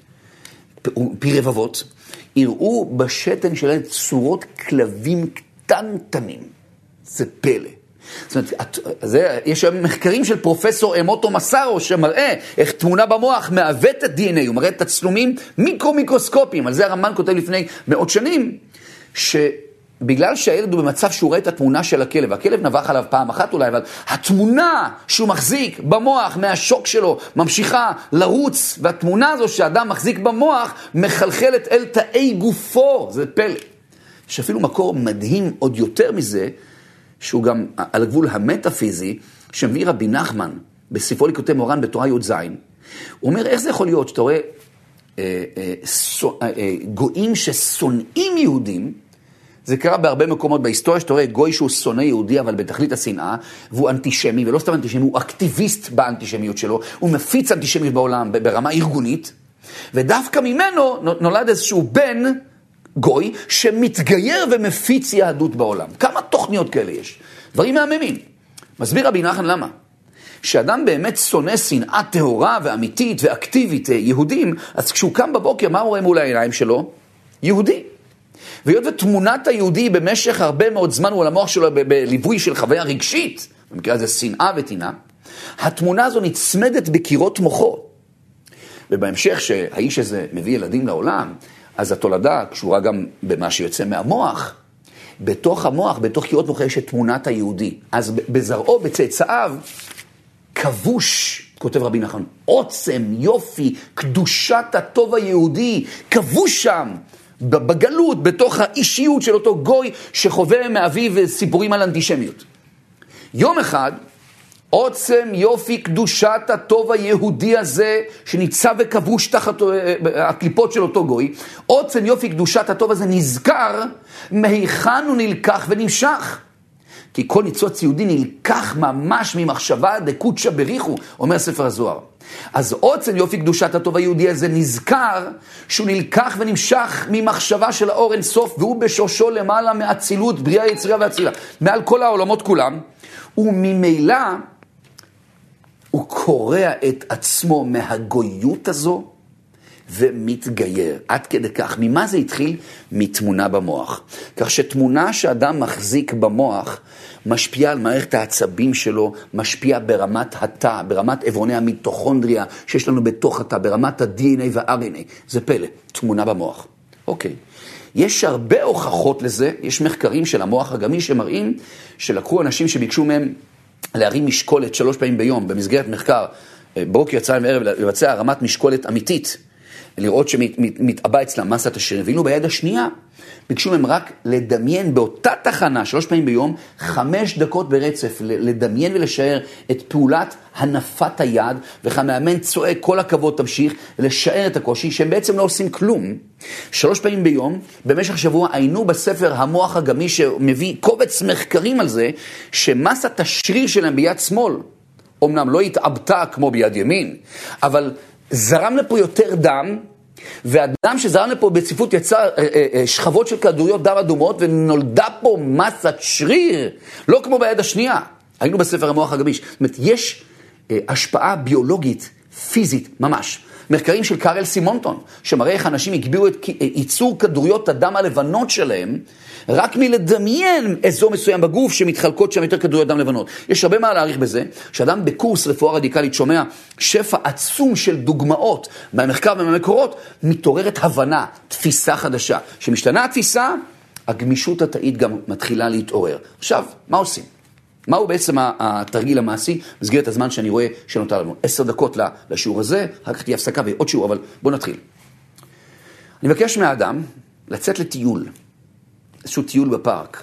פי רבבות, יראו בשתן של הילד צורות כלבים קטנטנים. זה פלא. זאת אומרת, זה, יש מחקרים של פרופסור אמוטו מסארו שמראה איך תמונה במוח מעוות את די אן איי, הוא מראה את הצלומים מיקרו-מיקרוסקופיים. על זה הרמב"ן כותב לפני מאות שנים, שבגלל שהילד הוא במצב שהוא רואה את התמונה של הכלב, הכלב נבח עליו פעם אחת אולי, אבל התמונה שהוא מחזיק במוח מהשוק שלו ממשיכה לרוץ, והתמונה הזו שאדם מחזיק במוח מחלחלת אל תאי גופו. זה פלא. יש אפילו מקור מדהים עוד יותר מזה, שהוא גם על הגבול המטאפיזי, שמביא רבי נחמן בספרו ליקוטי מורן בתורה י' ז'. הוא אומר, איך זה יכול להיות שאתה רואה אה, אה, סו, אה, אה, גויים ששונאים יהודים, זה קרה בהרבה מקומות בהיסטוריה, שאתה רואה גוי שהוא שונא יהודי, אבל בתכלית השנאה, והוא אנטישמי, ולא סתם אנטישמי, הוא אקטיביסט באנטישמיות שלו, הוא מפיץ אנטישמיות בעולם ברמה ארגונית, ודווקא ממנו נולד איזשהו בן, גוי שמתגייר ומפיץ יהדות בעולם. כמה תוכניות כאלה יש? דברים מהממים. מסביר רבי נחמן למה? שאדם באמת שונא שנאה טהורה ואמיתית ואקטיבית יהודים, אז כשהוא קם בבוקר, מה הוא רואה מול העיניים שלו? יהודי. והיות ותמונת היהודי במשך הרבה מאוד זמן הוא על המוח שלו בליווי של חוויה רגשית, במקרה הזה שנאה וטינה, התמונה הזו נצמדת בקירות מוחו. ובהמשך שהאיש הזה מביא ילדים לעולם, אז התולדה קשורה גם במה שיוצא מהמוח. בתוך המוח, בתוך קירות מוח יש את תמונת היהודי. אז בזרעו, בצאצאיו, כבוש, כותב רבי נחמן, עוצם, יופי, קדושת הטוב היהודי, כבוש שם, בגלות, בתוך האישיות של אותו גוי שחווה מאביו סיפורים על אנטישמיות. יום אחד, עוצם יופי קדושת הטוב היהודי הזה שניצב וכבוש תחת הקליפות של אותו גוי, עוצם יופי קדושת הטוב הזה נזכר מהיכן הוא נלקח ונמשך. כי כל ניצוץ יהודי נלקח ממש ממחשבה דקודשא בריחו, אומר ספר הזוהר. אז עוצם יופי קדושת הטוב היהודי הזה נזכר שהוא נלקח ונמשך ממחשבה של האור אין סוף, והוא בשורשו למעלה מאצילות, בריאה, יצירה ואצילה, מעל כל העולמות כולם, וממילא הוא קורע את עצמו מהגויות הזו ומתגייר. עד כדי כך, ממה זה התחיל? מתמונה במוח. כך שתמונה שאדם מחזיק במוח משפיעה על מערכת העצבים שלו, משפיעה ברמת התא, ברמת עברוני המיטוכונדריה שיש לנו בתוך התא, ברמת ה-די אן איי וה-אר אן איי. זה פלא, תמונה במוח. אוקיי. יש הרבה הוכחות לזה, יש מחקרים של המוח הגמיש שמראים שלקחו אנשים שביקשו מהם להרים משקולת שלוש פעמים ביום, במסגרת מחקר, בוקר, צהריים וערב, לבצע הרמת משקולת אמיתית, לראות שמתאבא אצלם מסת השרירים, ואילו ביד השנייה, ביקשו מהם רק לדמיין באותה תחנה, שלוש פעמים ביום, חמש דקות ברצף, לדמיין ולשער את פעולת הנפת היד, וכמאמן צועק, כל הכבוד תמשיך, לשער את הקושי, שהם בעצם לא עושים כלום. שלוש פעמים ביום, במשך שבוע, היינו בספר המוח הגמיש, שמביא קובץ מחקרים על זה, שמסת השריר שלהם ביד שמאל, אמנם לא התאבטה כמו ביד ימין, אבל זרם לפה יותר דם, והדם שזרם לפה בצפיפות יצר שכבות של כדוריות דם אדומות, ונולדה פה מסת שריר, לא כמו ביד השנייה. היינו בספר המוח הגמיש. זאת אומרת, יש השפעה ביולוגית, פיזית, ממש. מחקרים של קארל סימונטון, שמראה איך אנשים הגבירו את ייצור כדוריות הדם הלבנות שלהם, רק מלדמיין אזור מסוים בגוף שמתחלקות שם יותר כדוריות דם לבנות. יש הרבה מה להעריך בזה, שאדם בקורס רפואה רדיקלית שומע שפע עצום של דוגמאות מהמחקר ומהמקורות, מתעוררת הבנה, תפיסה חדשה. שמשתנה התפיסה, הגמישות התאית גם מתחילה להתעורר. עכשיו, מה עושים? מהו בעצם התרגיל המעשי? מסגרת הזמן שאני רואה שנותר לנו. עשר דקות לשיעור הזה, אחר כך תהיה הפסקה ועוד שיעור, אבל בואו נתחיל. אני מבקש מהאדם לצאת לטיול, איזשהו טיול בפארק,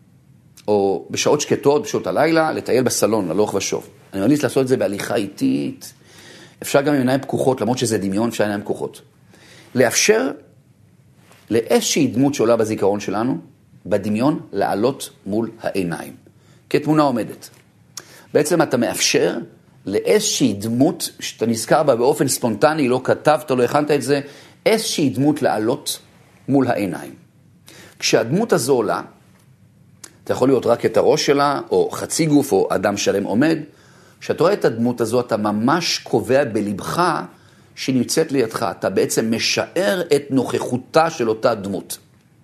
או בשעות שקטות, בשעות הלילה, לטייל בסלון, ללוך ושוב. אני ממליץ לעשות את זה בהליכה איטית, אפשר גם עם עיניים פקוחות, למרות שזה דמיון, אפשר עיניים פקוחות. לאפשר לאיזושהי דמות שעולה בזיכרון שלנו, בדמיון, לעלות מול העיניים. כתמונה עומדת. בעצם אתה מאפשר לאיזושהי דמות, שאתה נזכר בה באופן ספונטני, לא כתבת, לא הכנת את זה, איזושהי דמות לעלות מול העיניים. כשהדמות הזו עולה, אתה יכול לראות רק את הראש שלה, או חצי גוף, או אדם שלם עומד. כשאתה רואה את הדמות הזו, אתה ממש קובע בלבך שנמצאת לידך. אתה בעצם משער את נוכחותה של אותה דמות.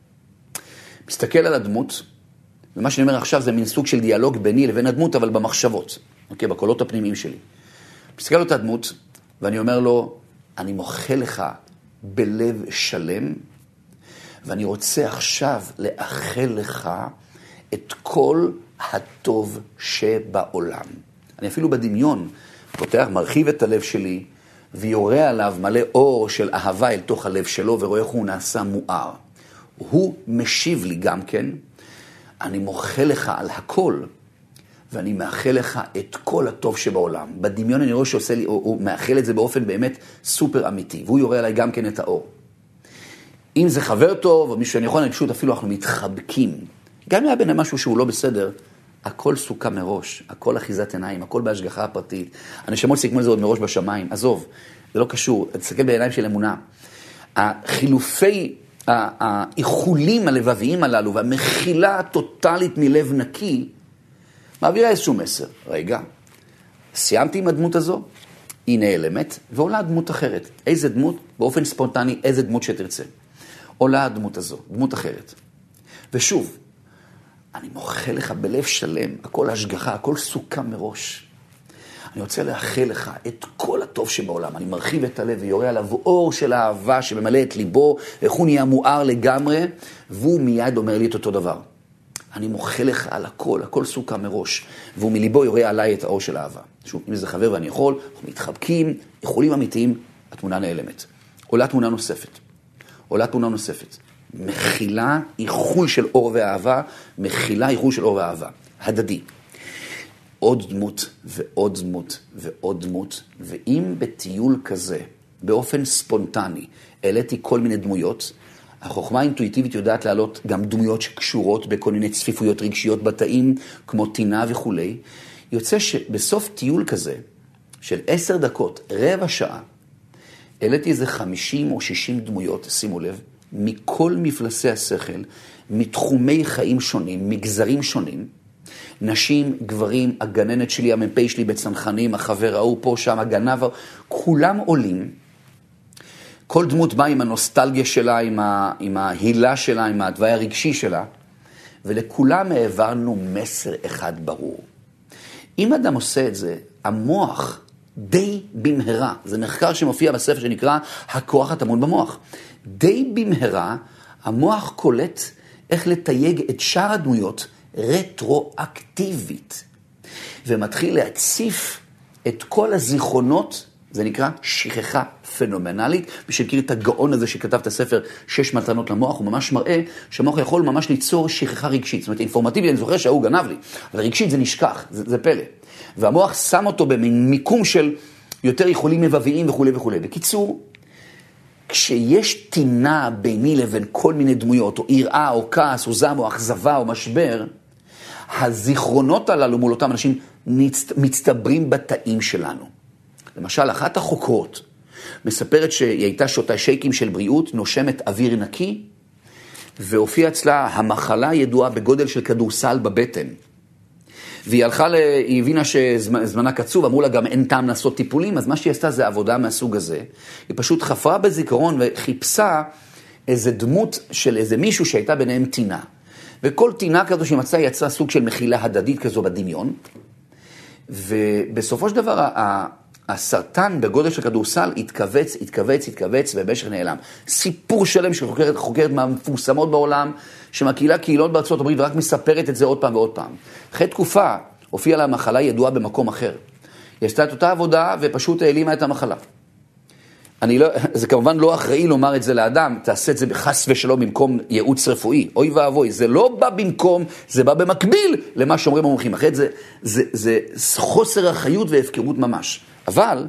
מסתכל על הדמות, ומה שאני אומר עכשיו זה מין סוג של דיאלוג ביני לבין הדמות, אבל במחשבות, אוקיי, בקולות הפנימיים שלי. מסתכל על אותה דמות, ואני אומר לו, אני מוחל לך בלב שלם, ואני רוצה עכשיו לאחל לך את כל הטוב שבעולם. אני אפילו בדמיון פותח, מרחיב את הלב שלי, ויורה עליו מלא אור של אהבה אל תוך הלב שלו, ורואה איך הוא נעשה מואר. הוא משיב לי גם כן, אני מוחל לך על הכל, ואני מאחל לך את כל הטוב שבעולם. בדמיון אני רואה שעושה לי, הוא, הוא מאחל את זה באופן באמת סופר אמיתי, והוא יורה עליי גם כן את האור. אם זה חבר טוב, או מישהו שאני יכול, אני פשוט אפילו אנחנו מתחבקים. גם אם היה בין משהו שהוא לא בסדר, הכל סוכה מראש, הכל אחיזת עיניים, הכל בהשגחה הפרטית. הנשמות סיכמו את זה עוד מראש בשמיים. עזוב, זה לא קשור, תסתכל בעיניים של אמונה. החילופי, האיחולים הלבביים הללו, והמחילה הטוטלית מלב נקי, מעבירה איזשהו מסר. רגע, סיימתי עם הדמות הזו, היא נעלמת, ועולה דמות אחרת. איזה דמות? באופן ספונטני, איזה דמות שתרצה. עולה הדמות הזו, דמות אחרת. ושוב, אני מוחל לך בלב שלם, הכל השגחה, הכל סוכה מראש. אני רוצה לאחל לך את כל הטוב שבעולם. אני מרחיב את הלב ויורה עליו אור של האהבה שממלא את ליבו, איך הוא נהיה מואר לגמרי, והוא מיד אומר לי את אותו דבר. אני מוחל לך על הכל, הכל סוכה מראש, והוא מליבו יורה עליי את האור של האהבה. שוב, אם זה חבר ואני יכול, אנחנו מתחבקים, איחולים אמיתיים, התמונה נעלמת. עולה תמונה נוספת. עולה תמונה נוספת. מחילה איחול של אור ואהבה, מחילה איחול של אור ואהבה. הדדי. עוד דמות ועוד דמות ועוד דמות, ואם בטיול כזה, באופן ספונטני, העליתי כל מיני דמויות, החוכמה האינטואיטיבית יודעת להעלות גם דמויות שקשורות בכל מיני צפיפויות רגשיות בתאים, כמו טינה וכו'. יוצא שבסוף טיול כזה, של עשר דקות, רבע שעה, העליתי איזה חמישים או שישים דמויות, שימו לב, מכל מפלסי השכל, מתחומי חיים שונים, מגזרים שונים, נשים, גברים, הגננת שלי, המ"פ שלי בצנחנים, החבר ההוא פה, שם, הגנב, כולם עולים. כל דמות באה עם הנוסטלגיה שלה, עם, ה, עם ההילה שלה, עם הדווי הרגשי שלה, ולכולם העברנו מסר אחד ברור. אם אדם עושה את זה, המוח די במהרה, זה מחקר שמופיע בספר שנקרא הכוח הטמון במוח, די במהרה המוח קולט איך לתייג את שאר הדמויות רטרואקטיבית, ומתחיל להציף את כל הזיכרונות, זה נקרא שכחה פנומנלית. מי שמכיר את הגאון הזה שכתב את הספר שש מתנות למוח, הוא ממש מראה שהמוח יכול ממש ליצור שכחה רגשית. זאת אומרת, אינפורמטיבי, אני זוכר שההוא גנב לי, אבל רגשית זה נשכח, זה, זה פלא. והמוח שם אותו במיקום של יותר יכולים מבביים וכו' וכו'. בקיצור, כשיש טינה ביני לבין כל מיני דמויות, או יראה, או כעס, או זעם, או אכזבה, או משבר, הזיכרונות הללו מול אותם אנשים מצטברים בתאים שלנו. למשל, אחת החוקרות מספרת שהיא הייתה שותה שייקים של בריאות, נושמת אוויר נקי, והופיעה אצלה המחלה ידועה בגודל של כדורסל בבטן. והיא הלכה, לה, היא הבינה שזמנה קצוב, אמרו לה גם אין טעם לעשות טיפולים, אז מה שהיא עשתה זה עבודה מהסוג הזה. היא פשוט חפרה בזיכרון וחיפשה איזה דמות של איזה מישהו שהייתה ביניהם טינה. וכל טינה כזו שמצאה יצאה סוג של מחילה הדדית כזו בדמיון. ובסופו של דבר הסרטן בגודל של כדורסל התכווץ, התכווץ, התכווץ ובמשך נעלם. סיפור שלם של חוקרת, חוקרת מהמפורסמות בעולם, שמקהילה קהילות בארצות הברית ורק מספרת את זה עוד פעם ועוד פעם. אחרי תקופה הופיעה לה מחלה ידועה במקום אחר. היא עשתה את אותה עבודה ופשוט העלימה את המחלה. אני לא, זה כמובן לא אחראי לומר את זה לאדם, תעשה את זה בחס ושלום במקום ייעוץ רפואי. אוי ואבוי, זה לא בא במקום, זה בא במקביל למה שאומרים המומחים. אחרת זה, זה, זה חוסר אחריות והפקרות ממש. אבל,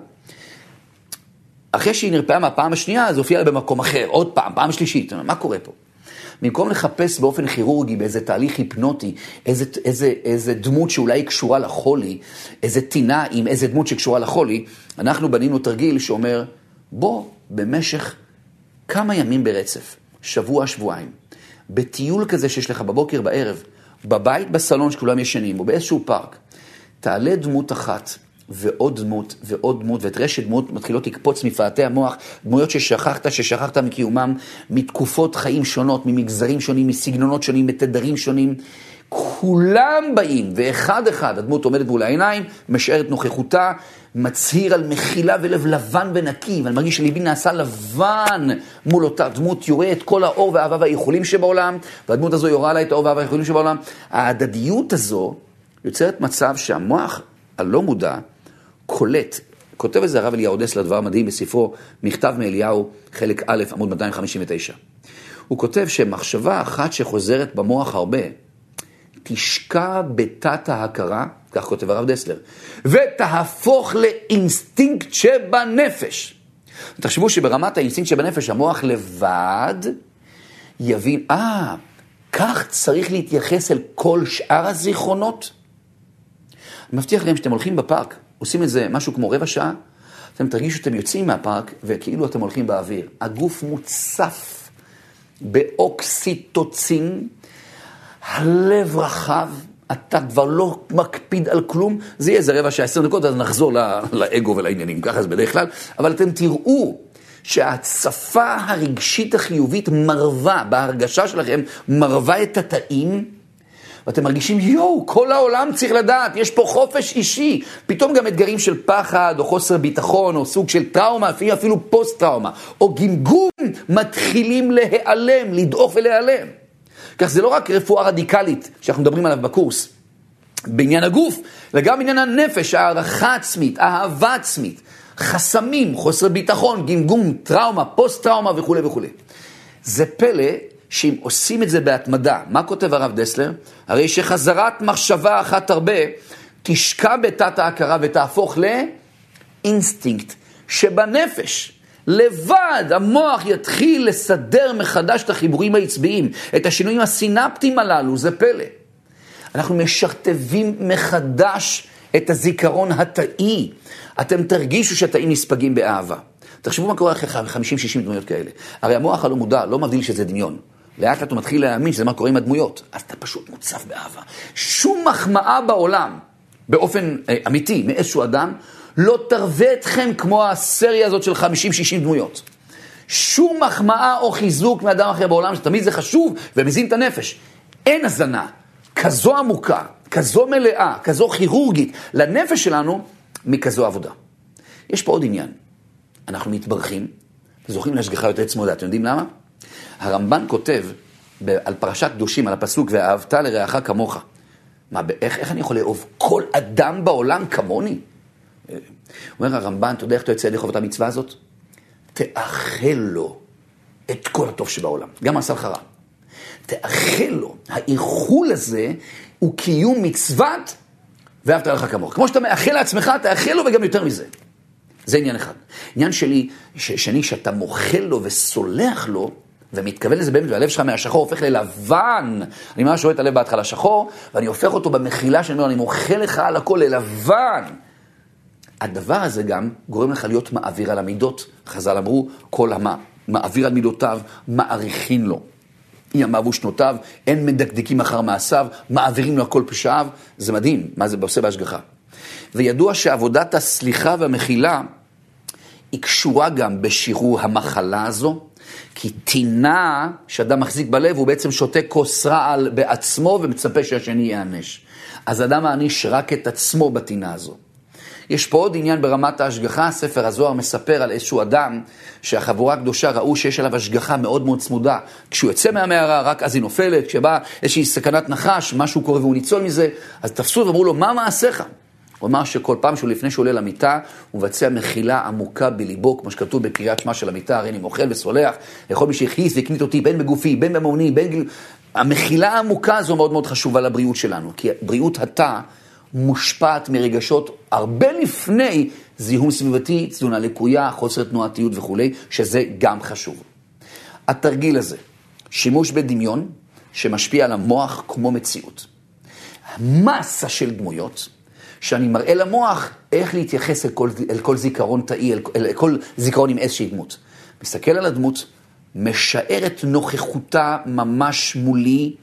אחרי שהיא נרפאה מהפעם השנייה, זה הופיע לה במקום אחר, עוד פעם, פעם שלישית. מה קורה פה? במקום לחפש באופן כירורגי, באיזה תהליך היפנוטי, איזה, איזה, איזה דמות שאולי קשורה לחולי, איזה טינה עם איזה דמות שקשורה לחולי, אנחנו בנינו תרגיל שאומר, בוא במשך כמה ימים ברצף, שבוע, שבועיים, בטיול כזה שיש לך בבוקר, בערב, בבית, בסלון שכולם ישנים, או באיזשהו פארק, תעלה דמות אחת, ועוד דמות, ועוד דמות, ותראה שדמות מתחילות לקפוץ מפעתי המוח, דמויות ששכחת, ששכחת מקיומם, מתקופות חיים שונות, ממגזרים שונים, מסגנונות שונים, מתדרים שונים, כולם באים, ואחד אחד, הדמות עומדת מול העיניים, משארת נוכחותה, מצהיר על מחילה ולב לבן ונקי, ואני מרגיש שליבי נעשה לבן מול אותה דמות, יורה את כל האור והאהבה והיכולים שבעולם, והדמות הזו יורה לה את האור והאהבה והיכולים שבעולם. ההדדיות הזו יוצרת מצב שהמוח הלא מודע קולט, כותב את זה הרב אליהו דסלר, דבר מדהים בספרו מכתב מאליהו, חלק א', עמוד מאתיים חמישים ותשע. הוא כותב שמחשבה אחת שחוזרת במוח הרבה, תשקע בתת ההכרה, כך כותב הרב דסלר, ותהפוך לאינסטינקט שבנפש. תחשבו שברמת האינסטינקט שבנפש, המוח לבד יבין, אה, כך צריך להתייחס אל כל שאר הזיכרונות. אני מבטיח לכם שאתם הולכים בפארק, עושים את זה משהו כמו רבע שעה, אתם תרגישו שאתם יוצאים מהפארק, וכאילו אתם הולכים באוויר. הגוף מוצף באוקסיטוצין, הלב רחב, אתה כבר לא מקפיד על כלום, זה יהיה איזה רבע שעה, עשר דקות, אז נחזור לאגו ולעניינים, ככה זה בדרך כלל, אבל אתם תראו שההצפה הרגשית החיובית מרווה, בהרגשה שלכם, מרווה את התאים, ואתם מרגישים, יואו, כל העולם צריך לדעת, יש פה חופש אישי, פתאום גם אתגרים של פחד, או חוסר ביטחון, או סוג של טראומה, אפילו, אפילו פוסט-טראומה, או גמגום, מתחילים להיעלם, לדעוך ולהיעלם. כך זה לא רק רפואה רדיקלית, שאנחנו מדברים עליו בקורס, בעניין הגוף, וגם בעניין הנפש, הערכה עצמית, אהבה עצמית, חסמים, חוסר ביטחון, גמגום, טראומה, פוסט-טראומה וכו' וכו'. זה פלא שאם עושים את זה בהתמדה, מה כותב הרב דסלר? הרי שחזרת מחשבה אחת הרבה, תשקע בתת ההכרה ותהפוך לאינסטינקט שבנפש. לבד המוח יתחיל לסדר מחדש את החיבורים העצביים, את השינויים הסינפטיים הללו, זה פלא. אנחנו משכתבים מחדש את הזיכרון התאי. אתם תרגישו שהתאים נספגים באהבה. תחשבו מה קורה אחרי חמישים שישים דמויות כאלה. הרי המוח הלא מודע לא מבדיל שזה דמיון. לאט לאט הוא מתחיל להאמין שזה מה קורה עם הדמויות. אז אתה פשוט מוצף באהבה. שום מחמאה בעולם, באופן אה, אמיתי, מאיזשהו אדם, לא תרווה אתכם כמו הסריה הזאת של חמישים שישים דמויות. שום מחמאה או חיזוק מאדם אחר בעולם, שתמיד זה חשוב ומזין את הנפש. אין הזנה כזו עמוקה, כזו מלאה, כזו כירורגית לנפש שלנו מכזו עבודה. יש פה עוד עניין. אנחנו מתברכים, זוכים להשגחה יותר צמודה. אתם יודעים למה? הרמב"ן כותב על פרשת קדושים, על הפסוק, ואהבת לרעך כמוך. מה, איך, איך אני יכול לאהוב כל אדם בעולם כמוני? הוא אומר הרמב"ן, אתה יודע איך אתה יוצא לאכוף את המצווה הזאת? תאכל לו את כל הטוב שבעולם. גם עשה לך רע. תאכל לו. האיחול הזה הוא קיום מצוות ואהבת לך כמוך. כמו שאתה מאכל לעצמך, תאכל לו וגם יותר מזה. זה עניין אחד. עניין שלי, שני, שאתה מוכל לו וסולח לו, ומתכוון לזה באמת, והלב שלך מהשחור הופך ללבן. אני ממש רואה את הלב בהתחלה שחור, ואני הופך אותו במחילה שאני אומר, אני מוכל לך על הכל ללבן. הדבר הזה גם גורם לך להיות מעביר על המידות. חז"ל אמרו, כל המה, מעביר על מידותיו, מעריכין לו. ימיו ושנותיו, אין מדקדקים אחר מעשיו, מעבירים לו הכל פשעיו. זה מדהים, מה זה עושה בהשגחה. וידוע שעבודת הסליחה והמחילה היא קשורה גם בשיעור המחלה הזו, כי טינה שאדם מחזיק בלב הוא בעצם שותה כוס רעל בעצמו ומצפה שהשני יענש. אז אדם מעניש רק את עצמו בטינה הזו. יש פה עוד עניין ברמת ההשגחה, ספר הזוהר מספר על איזשהו אדם שהחבורה הקדושה ראו שיש עליו השגחה מאוד מאוד צמודה. כשהוא יוצא מהמערה, רק אז היא נופלת, כשבא איזושהי סכנת נחש, משהו קורה והוא ניצול מזה, אז תפסו ואמרו לו, מה מעשיך? הוא אמר שכל פעם שהוא לפני שהוא עולה למיטה, הוא מבצע מחילה עמוקה בליבו, כמו שכתוב בקריאת שמע של המיטה, הרי אני מוכל וסולח, לכל מי שהכניס והקנית אותי, בין בגופי, בין במעוני, בין גיל... המחילה העמוקה הזו מאוד מאוד חשובה לבריאות שלנו, כי בריאות התא מושפעת מרגשות הרבה לפני זיהום סביבתי, תזונה לקויה, חוסר תנועתיות וכו', שזה גם חשוב. התרגיל הזה, שימוש בדמיון שמשפיע על המוח כמו מציאות. המסה של דמויות, שאני מראה למוח איך להתייחס אל כל, אל כל זיכרון תאי, אל, אל כל זיכרון עם איזושהי דמות. מסתכל על הדמות, משער את נוכחותה ממש מולי,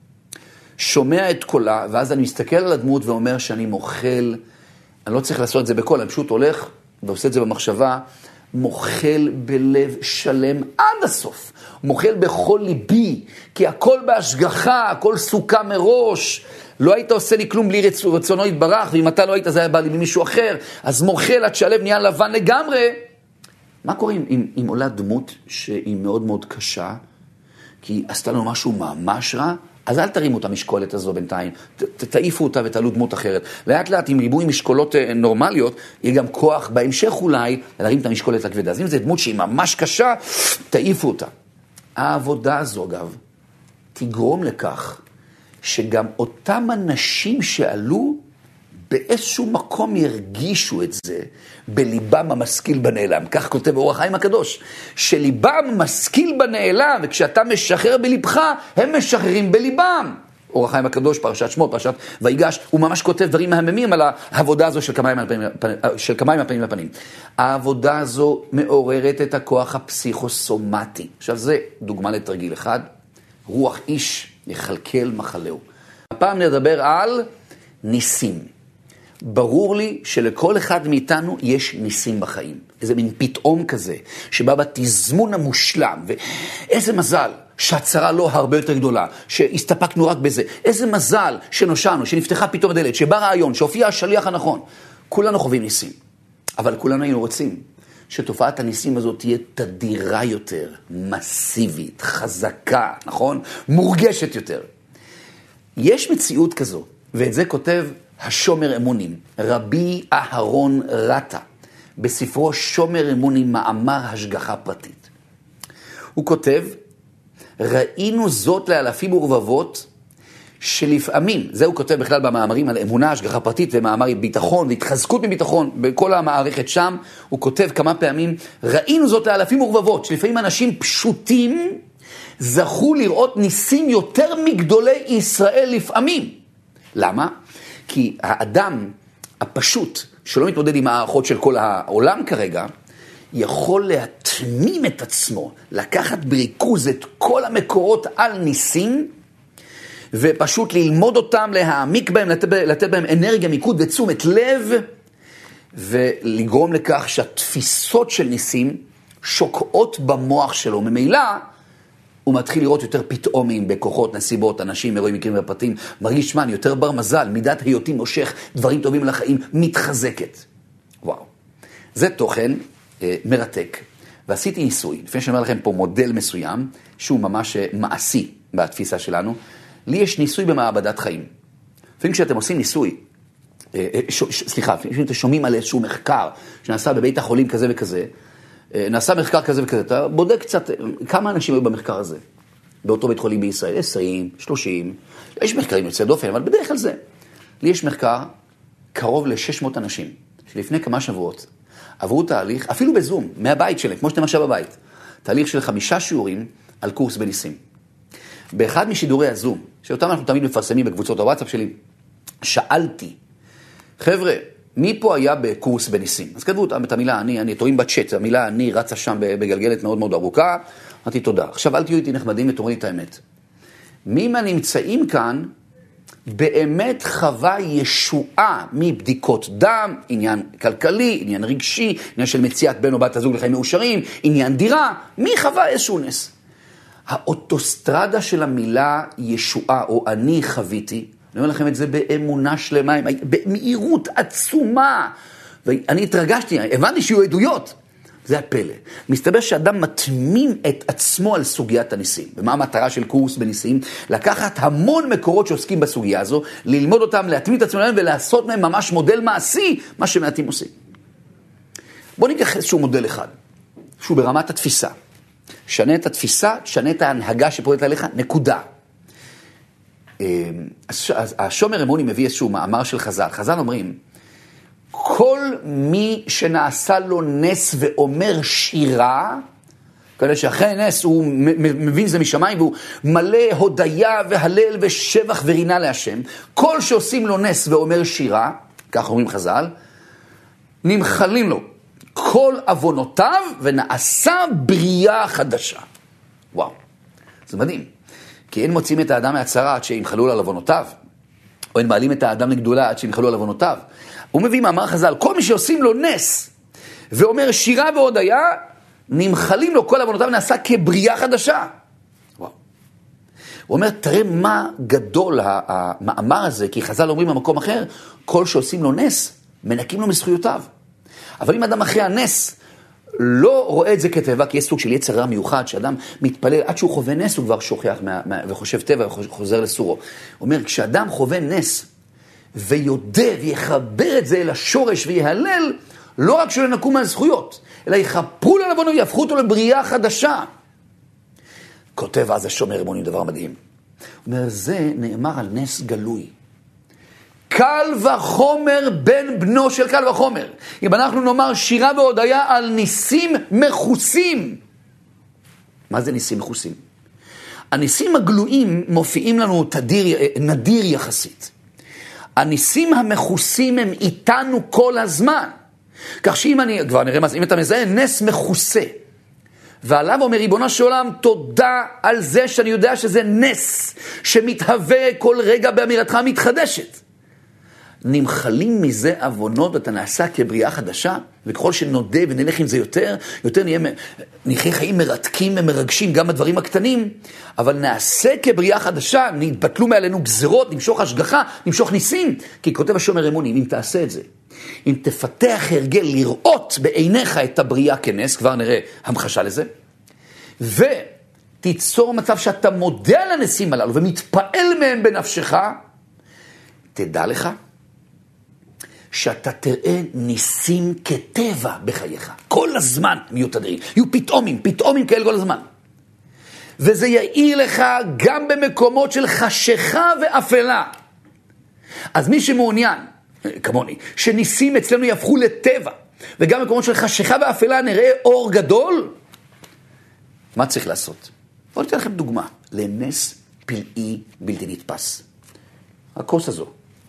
שומע את קולה, ואז אני מסתכל על הדמות ואומר שאני מוכל, אני לא צריך לעשות את זה בקול, אני פשוט הולך ועושה את זה במחשבה, מוכל בלב שלם עד הסוף, מוכל בכל ליבי, כי הכל בהשגחה, הכל סוכה מראש, לא היית עושה לי כלום בלי רצונו יתברך, ואם אתה לא היית זה היה בא לי ממישהו אחר, אז מוכל עד שהלב נהיה לבן לגמרי. מה קורה אם, אם, אם עולה דמות שהיא מאוד מאוד קשה, כי עשתה לנו משהו ממש רע, אז אל תרימו את המשקולת הזו בינתיים, ת, תעיפו אותה ותעלו דמות אחרת. לאט לאט עם ריבוי משקולות נורמליות, יהיה גם כוח בהמשך אולי להרים את המשקולת הכבדה. אז אם זו דמות שהיא ממש קשה, תעיפו אותה. העבודה הזו אגב, תגרום לכך שגם אותם אנשים שעלו, באיזשהו מקום ירגישו את זה, בליבם המשכיל בנעלם. כך כותב אור החיים הקדוש, שליבם משכיל בנעלם, וכשאתה משחרר בליבך, הם משחררים בליבם. אור החיים הקדוש, פרשת שמות, פרשת ויגש, הוא ממש כותב דברים מהממים על העבודה הזו של כמה ימים הפנים, של כמה ימים הפנים לפנים. העבודה הזו מעוררת את הכוח הפסיכוסומטי. עכשיו זה דוגמה לתרגיל אחד, רוח איש יכלכל מחלהו. הפעם נדבר על ניסים. ברור לי שלכל אחד מאיתנו יש ניסים בחיים. איזה מין פתאום כזה, שבא בתזמון המושלם, ואיזה מזל שהצרה לא הרבה יותר גדולה, שהסתפקנו רק בזה. איזה מזל שנושענו, שנפתחה פתאום הדלת, שבא רעיון, שהופיע השליח הנכון. כולנו חווים ניסים, אבל כולנו היינו רוצים שתופעת הניסים הזאת תהיה תדירה יותר, מסיבית, חזקה, נכון? מורגשת יותר. יש מציאות כזו, ואת זה כותב השומר אמונים, רבי אהרון רטה, בספרו שומר אמונים, מאמר השגחה פרטית. הוא כותב, ראינו זאת לאלפים ורבבות, שלפעמים, זה הוא כותב בכלל במאמרים על אמונה, השגחה פרטית ומאמר ביטחון והתחזקות מביטחון, בכל המערכת שם, הוא כותב כמה פעמים, ראינו זאת לאלפים ורבבות, שלפעמים אנשים פשוטים, זכו לראות ניסים יותר מגדולי ישראל לפעמים. למה? כי האדם הפשוט, שלא מתמודד עם הערכות של כל העולם כרגע, יכול להתמים את עצמו, לקחת בריכוז את כל המקורות על ניסים, ופשוט ללמוד אותם, להעמיק בהם, לתת, לתת בהם אנרגיה, מיקוד ותשומת לב, ולגרום לכך שהתפיסות של ניסים שוקעות במוח שלו. ממילא, הוא מתחיל לראות יותר פתאומים בכוחות, נסיבות, אנשים, אירועים, מקרים ופרטים, מרגיש שמן, יותר בר מזל, מידת היותי מושך, דברים טובים לחיים, מתחזקת. וואו. זה תוכן אה, מרתק. ועשיתי ניסוי, לפני שאני אומר לכם פה מודל מסוים, שהוא ממש מעשי בתפיסה שלנו, לי יש ניסוי במעבדת חיים. לפעמים כשאתם עושים ניסוי, אה, ש, ש, סליחה, לפעמים כשאתם שומעים על איזשהו מחקר, שנעשה בבית החולים כזה וכזה, נעשה מחקר כזה וכזה, אתה בודק קצת כמה אנשים היו במחקר הזה, באותו בית חולים בישראל, עשרים, שלושים, יש מחקרים יוצא דופן, אבל בדרך כלל זה. לי יש מחקר קרוב ל-שש מאות אנשים, שלפני כמה שבועות עברו תהליך, אפילו בזום, מהבית שלהם, כמו שאתם עכשיו בבית, תהליך של חמישה שיעורים על קורס בניסים. באחד משידורי הזום, שאותם אנחנו תמיד מפרסמים בקבוצות הוואטסאפ שלי, שאלתי, חבר'ה, מי פה היה בקורס בניסים? אז כתבו את המילה אני, אני טועים בצ'אט, המילה אני רצה שם בגלגלת מאוד מאוד ארוכה, אמרתי תודה. עכשיו אל תהיו איתי נחמדים ותאמרו לי את האמת. מי מהנמצאים כאן באמת חווה ישועה מבדיקות דם, עניין כלכלי, עניין רגשי, עניין של מציאת בן או בת הזוג לחיים מאושרים, עניין דירה, מי חווה איזשהו נס? האוטוסטרדה של המילה ישועה או אני חוויתי, אני אומר לכם את זה באמונה שלמה, במהירות עצומה, ואני התרגשתי, הבנתי שיהיו עדויות. זה הפלא. מסתבר שאדם מתמים את עצמו על סוגיית הניסים. ומה המטרה של קורס בניסים? לקחת המון מקורות שעוסקים בסוגיה הזו, ללמוד אותם, להתמים את עצמם ולעשות מהם ממש מודל מעשי, מה שמעטים עושים. בואו ניקח איזשהו מודל אחד, שהוא ברמת התפיסה. שנה את התפיסה, שנה את ההנהגה שפועלת עליך, נקודה. השומר אמוני מביא איזשהו מאמר של חז"ל. חז"ל אומרים, כל מי שנעשה לו נס ואומר שירה, כדי שאחרי נס הוא מבין זה משמיים, והוא מלא הודיה והלל ושבח ורינה להשם, כל שעושים לו נס ואומר שירה, כך אומרים חז"ל, נמחלים לו כל אבונותיו ונעשה בריאה חדשה. וואו, זה מדהים. כי אין מוצאים את האדם מהצרה עד שימחלו על אבונותיו, או אין מעלים את האדם לגדולה עד שימחלו על אבונותיו. הוא מביא מאמר חז"ל, כל מי שעושים לו נס ואומר שירה והודיה, נמחלים לו כל אבונותיו ונעשה כבריאה חדשה. וואו. הוא אומר, תראה מה גדול המאמר הזה, כי חז"ל אומרים במקום אחר, כל שעושים לו נס, מנקים לו מזכויותיו. אבל אם אדם אחרי הנס לא רואה את זה כטבע, כי יש סוג של יצר רע מיוחד, שאדם מתפלל, עד שהוא חווה נס, הוא כבר שוכח מה, מה, וחושב טבע וחוזר לסורו. הוא אומר, כשאדם חווה נס, ויודע ויחבר את זה אל השורש ויהלל, לא רק שלא ינקו מהזכויות, אלא יחפרו לו לבנו ויהפכו אותו לבריאה חדשה. כותב אז השומר אמוני דבר מדהים. הוא אומר, זה נאמר על נס גלוי. קל וחומר בן בנו של קל וחומר. אם אנחנו נאמר שירה והודיה על ניסים מחוסים. מה זה ניסים מחוסים? הניסים הגלויים מופיעים לנו תדיר, נדיר יחסית. הניסים המחוסים הם איתנו כל הזמן. כך שאם אני, כבר נראה מה זה, אם אתה מזהה נס מחוסה, ועליו אומר ריבונו של עולם, תודה על זה שאני יודע שזה נס, שמתהווה כל רגע באמירתך מתחדשת. נמחלים מזה אבונות, ואתה נעשה כבריאה חדשה, וככל שנודה ונלך עם זה יותר, יותר נהיה, נחיה חיים מרתקים ומרגשים גם בדברים הקטנים, אבל נעשה כבריאה חדשה, נתבטלו מעלינו גזרות, נמשוך השגחה, נמשוך ניסים, כי כותב השומר אמוני, אם תעשה את זה, אם תפתח הרגל לראות בעיניך את הבריאה כנס, כבר נראה המחשה לזה, ותיצור מצב שאתה מודה על הניסים הללו, ומתפעל מהם בנפשך, תדע לך, שאתה תראה ניסים כטבע בחייך. כל הזמן יהיו תדרים. יהיו פתאומים, פתאומים כאלה כל הזמן. וזה יעיר לך גם במקומות של חשיכה ואפלה. אז מי שמעוניין, כמוני, שניסים אצלנו יהפכו לטבע, וגם במקומות של חשיכה ואפלה נראה אור גדול, מה צריך לעשות? בואו ניתן לכם דוגמה לנס פלאי בלתי נתפס. הכוס הזו.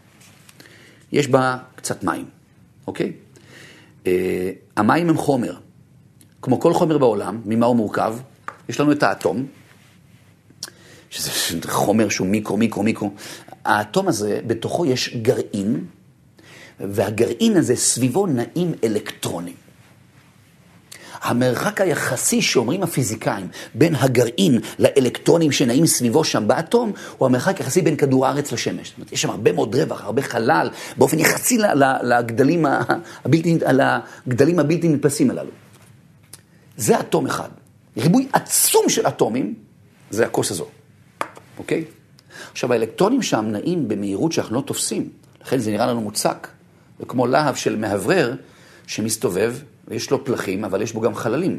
יש בה קצת מים, אוקיי? Uh, המים הם חומר. כמו כל חומר בעולם, ממה הוא מורכב? יש לנו את האטום, שזה חומר שהוא מיקרו, מיקרו, מיקרו. האטום הזה, בתוכו יש גרעין, והגרעין הזה סביבו נעים אלקטרונים. המרחק היחסי שאומרים הפיזיקאים בין הגרעין לאלקטרונים שנעים סביבו שם באטום, הוא המרחק יחסי בין כדור הארץ לשמש. זאת אומרת, יש שם הרבה מאוד רווח, הרבה חלל, באופן יחסי לגדלים הבלתי, לגדלים הבלתי נתפסים הללו. זה אטום אחד. ריבוי עצום של אטומים, זה הכוס הזו. אוקיי? עכשיו, האלקטרונים שם נעים במהירות שאנחנו לא תופסים. לכן זה נראה לנו מוצק. וכמו להב של מהברר שמסתובב, ויש לו פלחים, אבל יש בו גם חללים.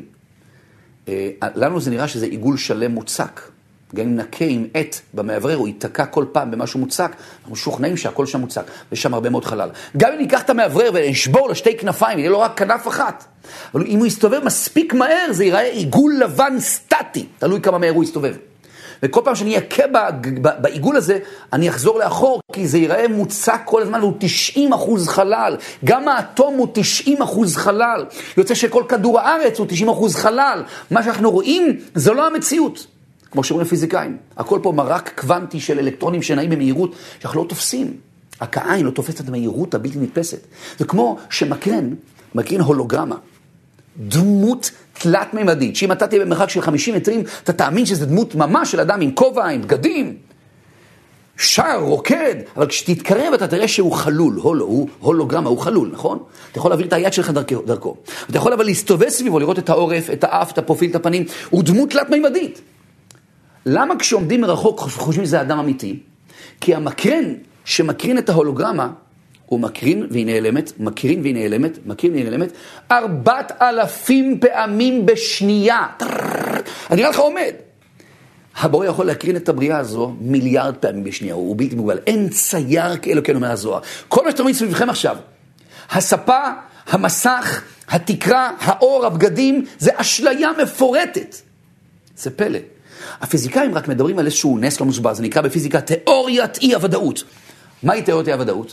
לנו זה נראה שזה עיגול שלם מוצק. גם אם נקה עם עת במעברר, הוא ייתקע כל פעם במשהו מוצק, אנחנו שוכנעים שהכל שם מוצק, ויש שם הרבה מאוד חלל. גם אם ניקח את המעברר ונשבור לשתי כנפיים, יהיה לו רק כנף אחת. אבל אם הוא יסתובב מספיק מהר, זה ייראה עיגול לבן סטטי, תלוי כמה מהר הוא יסתובב. וכל פעם שאני אכה בעיגול הזה, אני אחזור לאחור, כי זה ייראה מוצק כל הזמן, והוא תשעים אחוז חלל. גם האטום הוא תשעים אחוז חלל. יוצא שכל כדור הארץ הוא תשעים אחוז חלל. מה שאנחנו רואים, זה לא המציאות. כמו שאומרים פיזיקאים. הכל פה מרק קוונטי של אלקטרונים שנעים במהירות, שאנחנו לא תופסים. הכעין לא תופסת את המהירות הבלתי נתפסת. זה כמו שמקרן, מקרין הולוגרמה. דמות תלת מימדית, שאם אתה תהיה במרחק של חמישים מטרים, אתה תאמין שזה דמות ממש של אדם עם כובע, עם בגדים. שר, רוקד, אבל כשתתקרב אתה תראה שהוא חלול, הולו, הוא הולוגרמה, הוא חלול, נכון? אתה יכול להעביר את היד שלך דרכו, דרכו. אתה יכול אבל להסתובב סביבו, לראות את העורף, את האף, את הפרופיל, את הפנים, הוא דמות תלת-מימדית. למה כשעומדים מרחוק חושבים שזה אדם אמיתי? כי המקרן שמקרין את ההולוגרמה, הוא מקרין והיא נעלמת, מקרין והיא נעלמת, מקרין והיא נעלמת, ארבעת אלפים פעמים בשנייה. אני נראה לך עומד. הבורא יכול להקרין את הבריאה הזו מיליארד פעמים בשנייה, הוא בלתי מוגבל. אין צייר כאלוקינו אומר הזוהר. כל מה שאתם רואים סביבכם עכשיו, הספה, המסך, התקרה, האור, הבגדים, זה אשליה מפורטת. זה פלא. הפיזיקאים רק מדברים על איזשהו נס לא מוסבר, זה נקרא בפיזיקה תיאוריית אי הוודאות. מהי תיאוריית אי הוודאות?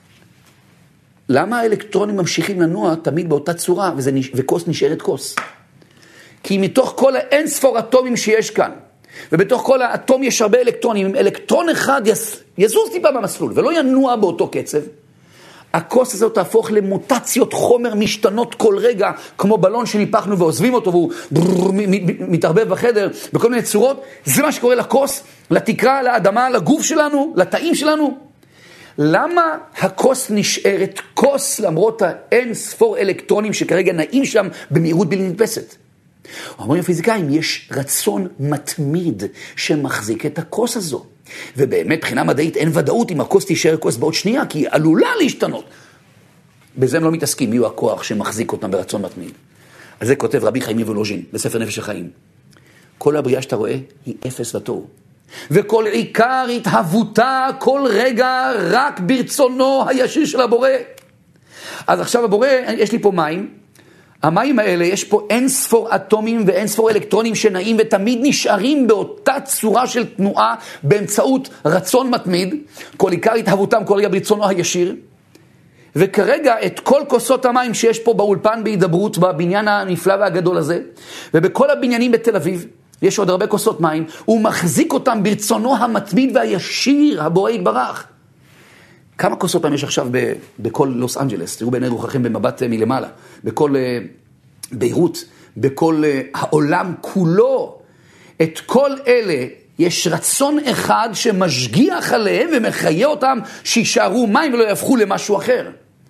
למה האלקטרונים ממשיכים לנוע תמיד באותה צורה, וזה, וכוס נשארת כוס? כי מתוך כל האין ספור אטומים שיש כאן, ובתוך כל האטום יש הרבה אלקטרונים, אם אלקטרון אחד יזוז טיפה במסלול, ולא ינוע באותו קצב, הכוס הזאת תהפוך למוטציות חומר משתנות כל רגע, כמו בלון שניפחנו ועוזבים אותו, והוא מתערבב בחדר, בכל מיני צורות. זה מה שקורה לכוס, לתקרה, לאדמה, לגוף שלנו, לתאים שלנו. למה הכוס נשארת כוס למרות האין ספור אלקטרונים שכרגע נעים שם במהירות בלתי נתפסת? אומרים הפיזיקאים, יש רצון מתמיד שמחזיק את הכוס הזו. ובאמת, מבחינה מדעית, אין ודאות אם הכוס תישאר כוס בעוד שנייה, כי היא עלולה להשתנות. בזה הם לא מתעסקים, מי הוא הכוח שמחזיק אותם ברצון מתמיד. על זה כותב רבי חיים מוולוז'ין, בספר נפש החיים. כל הבריאה שאתה רואה היא אפס ותוהו. וכל עיקר התהוותה כל רגע רק ברצונו הישיר של הבורא. אז עכשיו הבורא, יש לי פה מים, המים האלה, יש פה אין ספור אטומים ואין ספור אלקטרונים שנעים ותמיד נשארים באותה צורה של תנועה באמצעות רצון מתמיד, כל עיקר התהוותם כל רגע ברצונו הישיר, וכרגע את כל כוסות המים שיש פה באולפן בהידברות, בבניין הנפלא והגדול הזה, ובכל הבניינים בתל אביב, יש עוד הרבה כוסות מים, הוא מחזיק אותם ברצונו המתמיד והישיר, הבורא יתברך. כמה כוסות פעמים יש עכשיו ב- בכל לוס אנג'לס, תראו בעיני רוחכם במבט מלמעלה, בכל uh, ביירות, בכל uh, העולם כולו, את כל אלה יש רצון אחד שמשגיח עליהם ומחיה אותם שישארו מים ולא יהפכו למשהו אחר.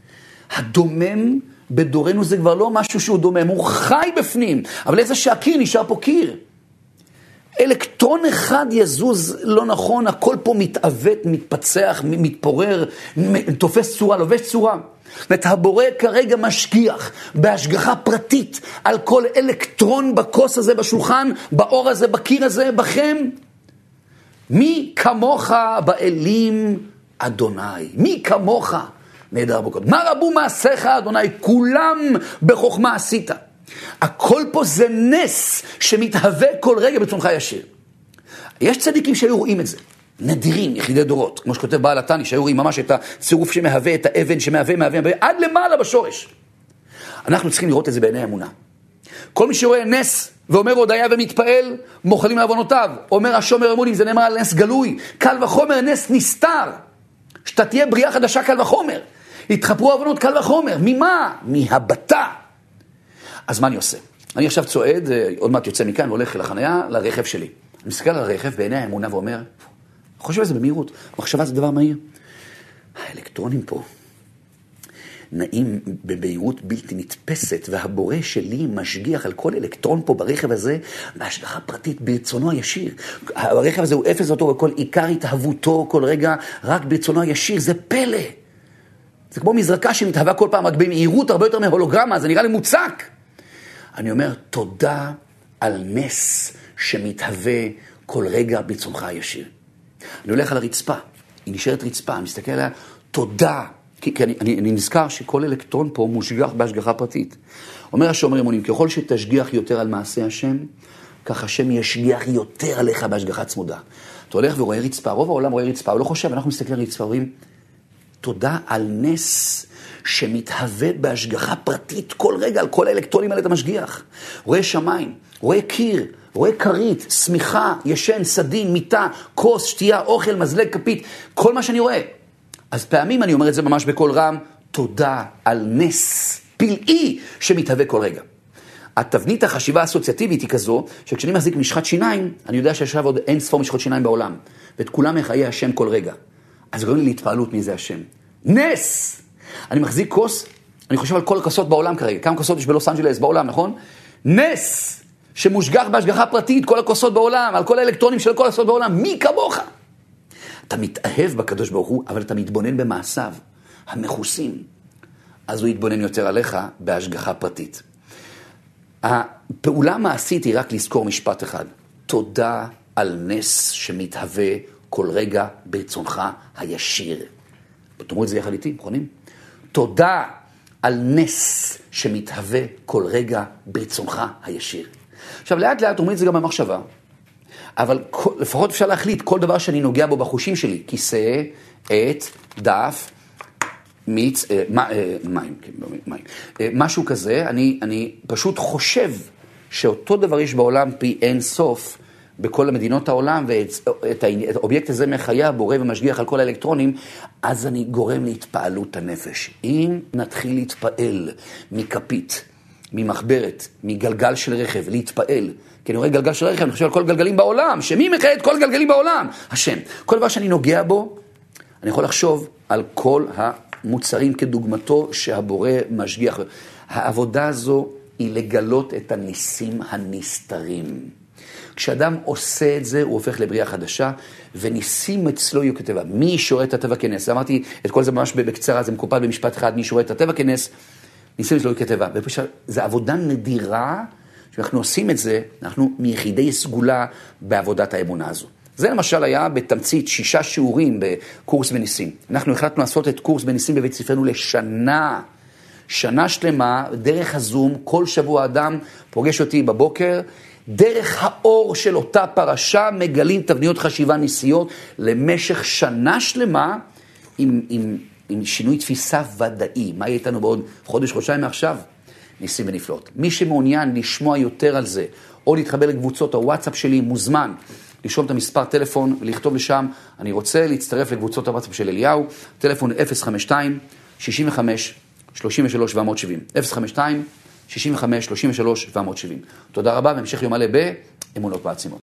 הדומם בדורנו זה כבר לא משהו שהוא דומם, הוא חי בפנים, אבל איזה שהקיר נשאר פה קיר. אלקטרון אחד יזוז לא נכון, הכל פה מתעוות, מתפצח, מתפורר, תופס צורה, לובש צורה. ואת הבורא כרגע משגיח בהשגחה פרטית על כל אלקטרון בכוס הזה, בשולחן, באור הזה, בקיר הזה, בכם. מי כמוך באלים אדוני? מי כמוך? נהדר בוקות. מה רבו מעשיך אדוני? כולם בחוכמה עשית. הכל פה זה נס שמתהווה כל רגע בצונך ישיר. יש צדיקים שהיו רואים את זה, נדירים, יחידי דורות, כמו שכותב בעל התני, שהיו רואים ממש את הצירוף שמהווה, את האבן שמהווה, מהווה, מהווה, עד למעלה בשורש. אנחנו צריכים לראות את זה בעיני אמונה. כל מי שרואה נס ואומר הודיה ומתפעל, מוחלים לעוונותיו. אומר השומר אמונים, זה נאמר על נס גלוי, קל וחומר נס נסתר. שאתה תהיה בריאה חדשה קל וחומר. התחפרו עוונות קל וחומר. ממה? מהבטה. אז מה אני עושה? אני עכשיו צועד, עוד מעט יוצא מכאן, והולך לחניה, לרכב שלי. אני מסתכל על הרכב בעיני האמונה ואומר, חושב על זה במהירות, מחשבה זה דבר מהיר. האלקטרונים פה נעים במהירות בלתי נתפסת, והבורא שלי משגיח על כל אלקטרון פה ברכב הזה, בהשגחה פרטית, ברצונו הישיר. הרכב הזה הוא אפס אותו, וכל עיקר התהוותו כל רגע, רק ברצונו הישיר, זה פלא. זה כמו מזרקה שמתהווה כל פעם, רק במהירות הרבה יותר מהולוגרמה, זה נראה לי מוצק. אני אומר, תודה על נס שמתהווה כל רגע ברצונך הישיר. אני הולך על הרצפה, היא נשארת רצפה, אני מסתכל עליה, תודה. כי, כי אני, אני, אני נזכר שכל אלקטרון פה מושגח בהשגחה פרטית. אומר השומר אמונים, ככל שתשגיח יותר על מעשה השם, כך השם ישגיח יותר עליך בהשגחה צמודה. אתה הולך ורואה רצפה, רוב העולם רואה רצפה, הוא לא חושב, אנחנו מסתכלים על רצפה, רואים, תודה על נס שמתהווה בהשגחה פרטית כל רגע, על כל האלקטרונים האלה אתה משגיח. רואה שמיים, רואה קיר, רואה קרית, סמיכה, ישן, סדין, מיטה, כוס, שתייה, אוכל, מזלג, כפית, כל מה שאני רואה. אז פעמים אני אומר את זה ממש בכל רם, תודה על נס פלאי שמתהווה כל רגע. התבנית החשיבה האסוציאטיבית היא כזו, שכשאני מחזיק משחת שיניים, אני יודע שישב עוד אין ספור משחות שיניים בעולם, ואת כולם מחיי השם כל רגע. אז גורם לי להתפעלות מי זה השם. נס! אני מחזיק כוס, אני חושב על כל הכוסות בעולם כרגע. כמה כוסות יש בלוס אנג'לס בעולם, נכון? נס! שמושגח בהשגחה פרטית, כל הכוסות בעולם, על כל האלקטרונים של כל הכוסות בעולם. מי כמוך? אתה מתאהב בקדוש ברוך הוא, אבל אתה מתבונן במעשיו המכוסים. אז הוא יתבונן יותר עליך בהשגחה פרטית. הפעולה המעשית היא רק לזכור משפט אחד. תודה על נס שמתהווה כל רגע ברצונך הישיר. תאמרו את זה יחד איתי, נכונים? תודה על נס שמתהווה כל רגע ברצונך הישיר. עכשיו, לאט לאט אומרים את זה גם במחשבה, אבל כל, לפחות אפשר להחליט כל דבר שאני נוגע בו בחושים שלי, כיסא, עט, דף, מיץ, אה, אה, מים, כן, מים, אה, משהו כזה, אני, אני פשוט חושב שאותו דבר יש בעולם פי אין סוף, בכל המדינות העולם, ואת האובייקט הזה מחיה, בורא ומשגיח על כל האלקטרונים, אז אני גורם להתפעלות הנפש. אם נתחיל להתפעל מכפית, ממחברת, מגלגל של רכב, להתפעל, כי אני רואה גלגל של רכב, אני חושב על כל גלגלים בעולם, שמי מחיה את כל גלגלים בעולם? השם. כל דבר שאני נוגע בו, אני יכול לחשוב על כל המוצרים כדוגמתו שהבורא משגיח. העבודה הזו היא לגלות את הניסים הנסתרים. כשאדם עושה את זה, הוא הופך לבריאה חדשה, וניסים אצלו יהיו כטבע. מי שורת את הטבע כנס? אמרתי את כל זה ממש בקצרה, זה מקופל במשפט אחד, מי שורת את הטבע כנס, ניסים אצלו יהיו כטבע. זו עבודה נדירה, שאנחנו עושים את זה, אנחנו מיחידי סגולה בעבודת האמונה הזו. זה למשל היה בתמצית שישה שיעורים בקורס בניסים. אנחנו החלטנו לעשות את קורס בניסים בבית ספרנו לשנה, שנה שלמה, דרך הזום, כל שבוע אדם פוגש אותי בבוקר, דרך האור של אותה פרשה מגלים תבניות חשיבה ניסיות למשך שנה שלמה עם, עם, עם שינוי תפיסה ודאי. מה יהיה איתנו בעוד חודש, חודשיים מעכשיו? ניסים ונפלאות. מי שמעוניין לשמוע יותר על זה, או להתחבר לקבוצות הוואטסאפ שלי, מוזמן לשאול את המספר טלפון ולכתוב לשם, אני רוצה להצטרף לקבוצות הוואטסאפ של אליהו, טלפון אפס חמש שתיים שישים וחמש שלושים ושלוש שבע שבעים, אפס חמש שתיים שישים וחמש שלושים ושלוש שבע שבעים. תודה רבה, והמשך יום מלא באמונות בעצימות.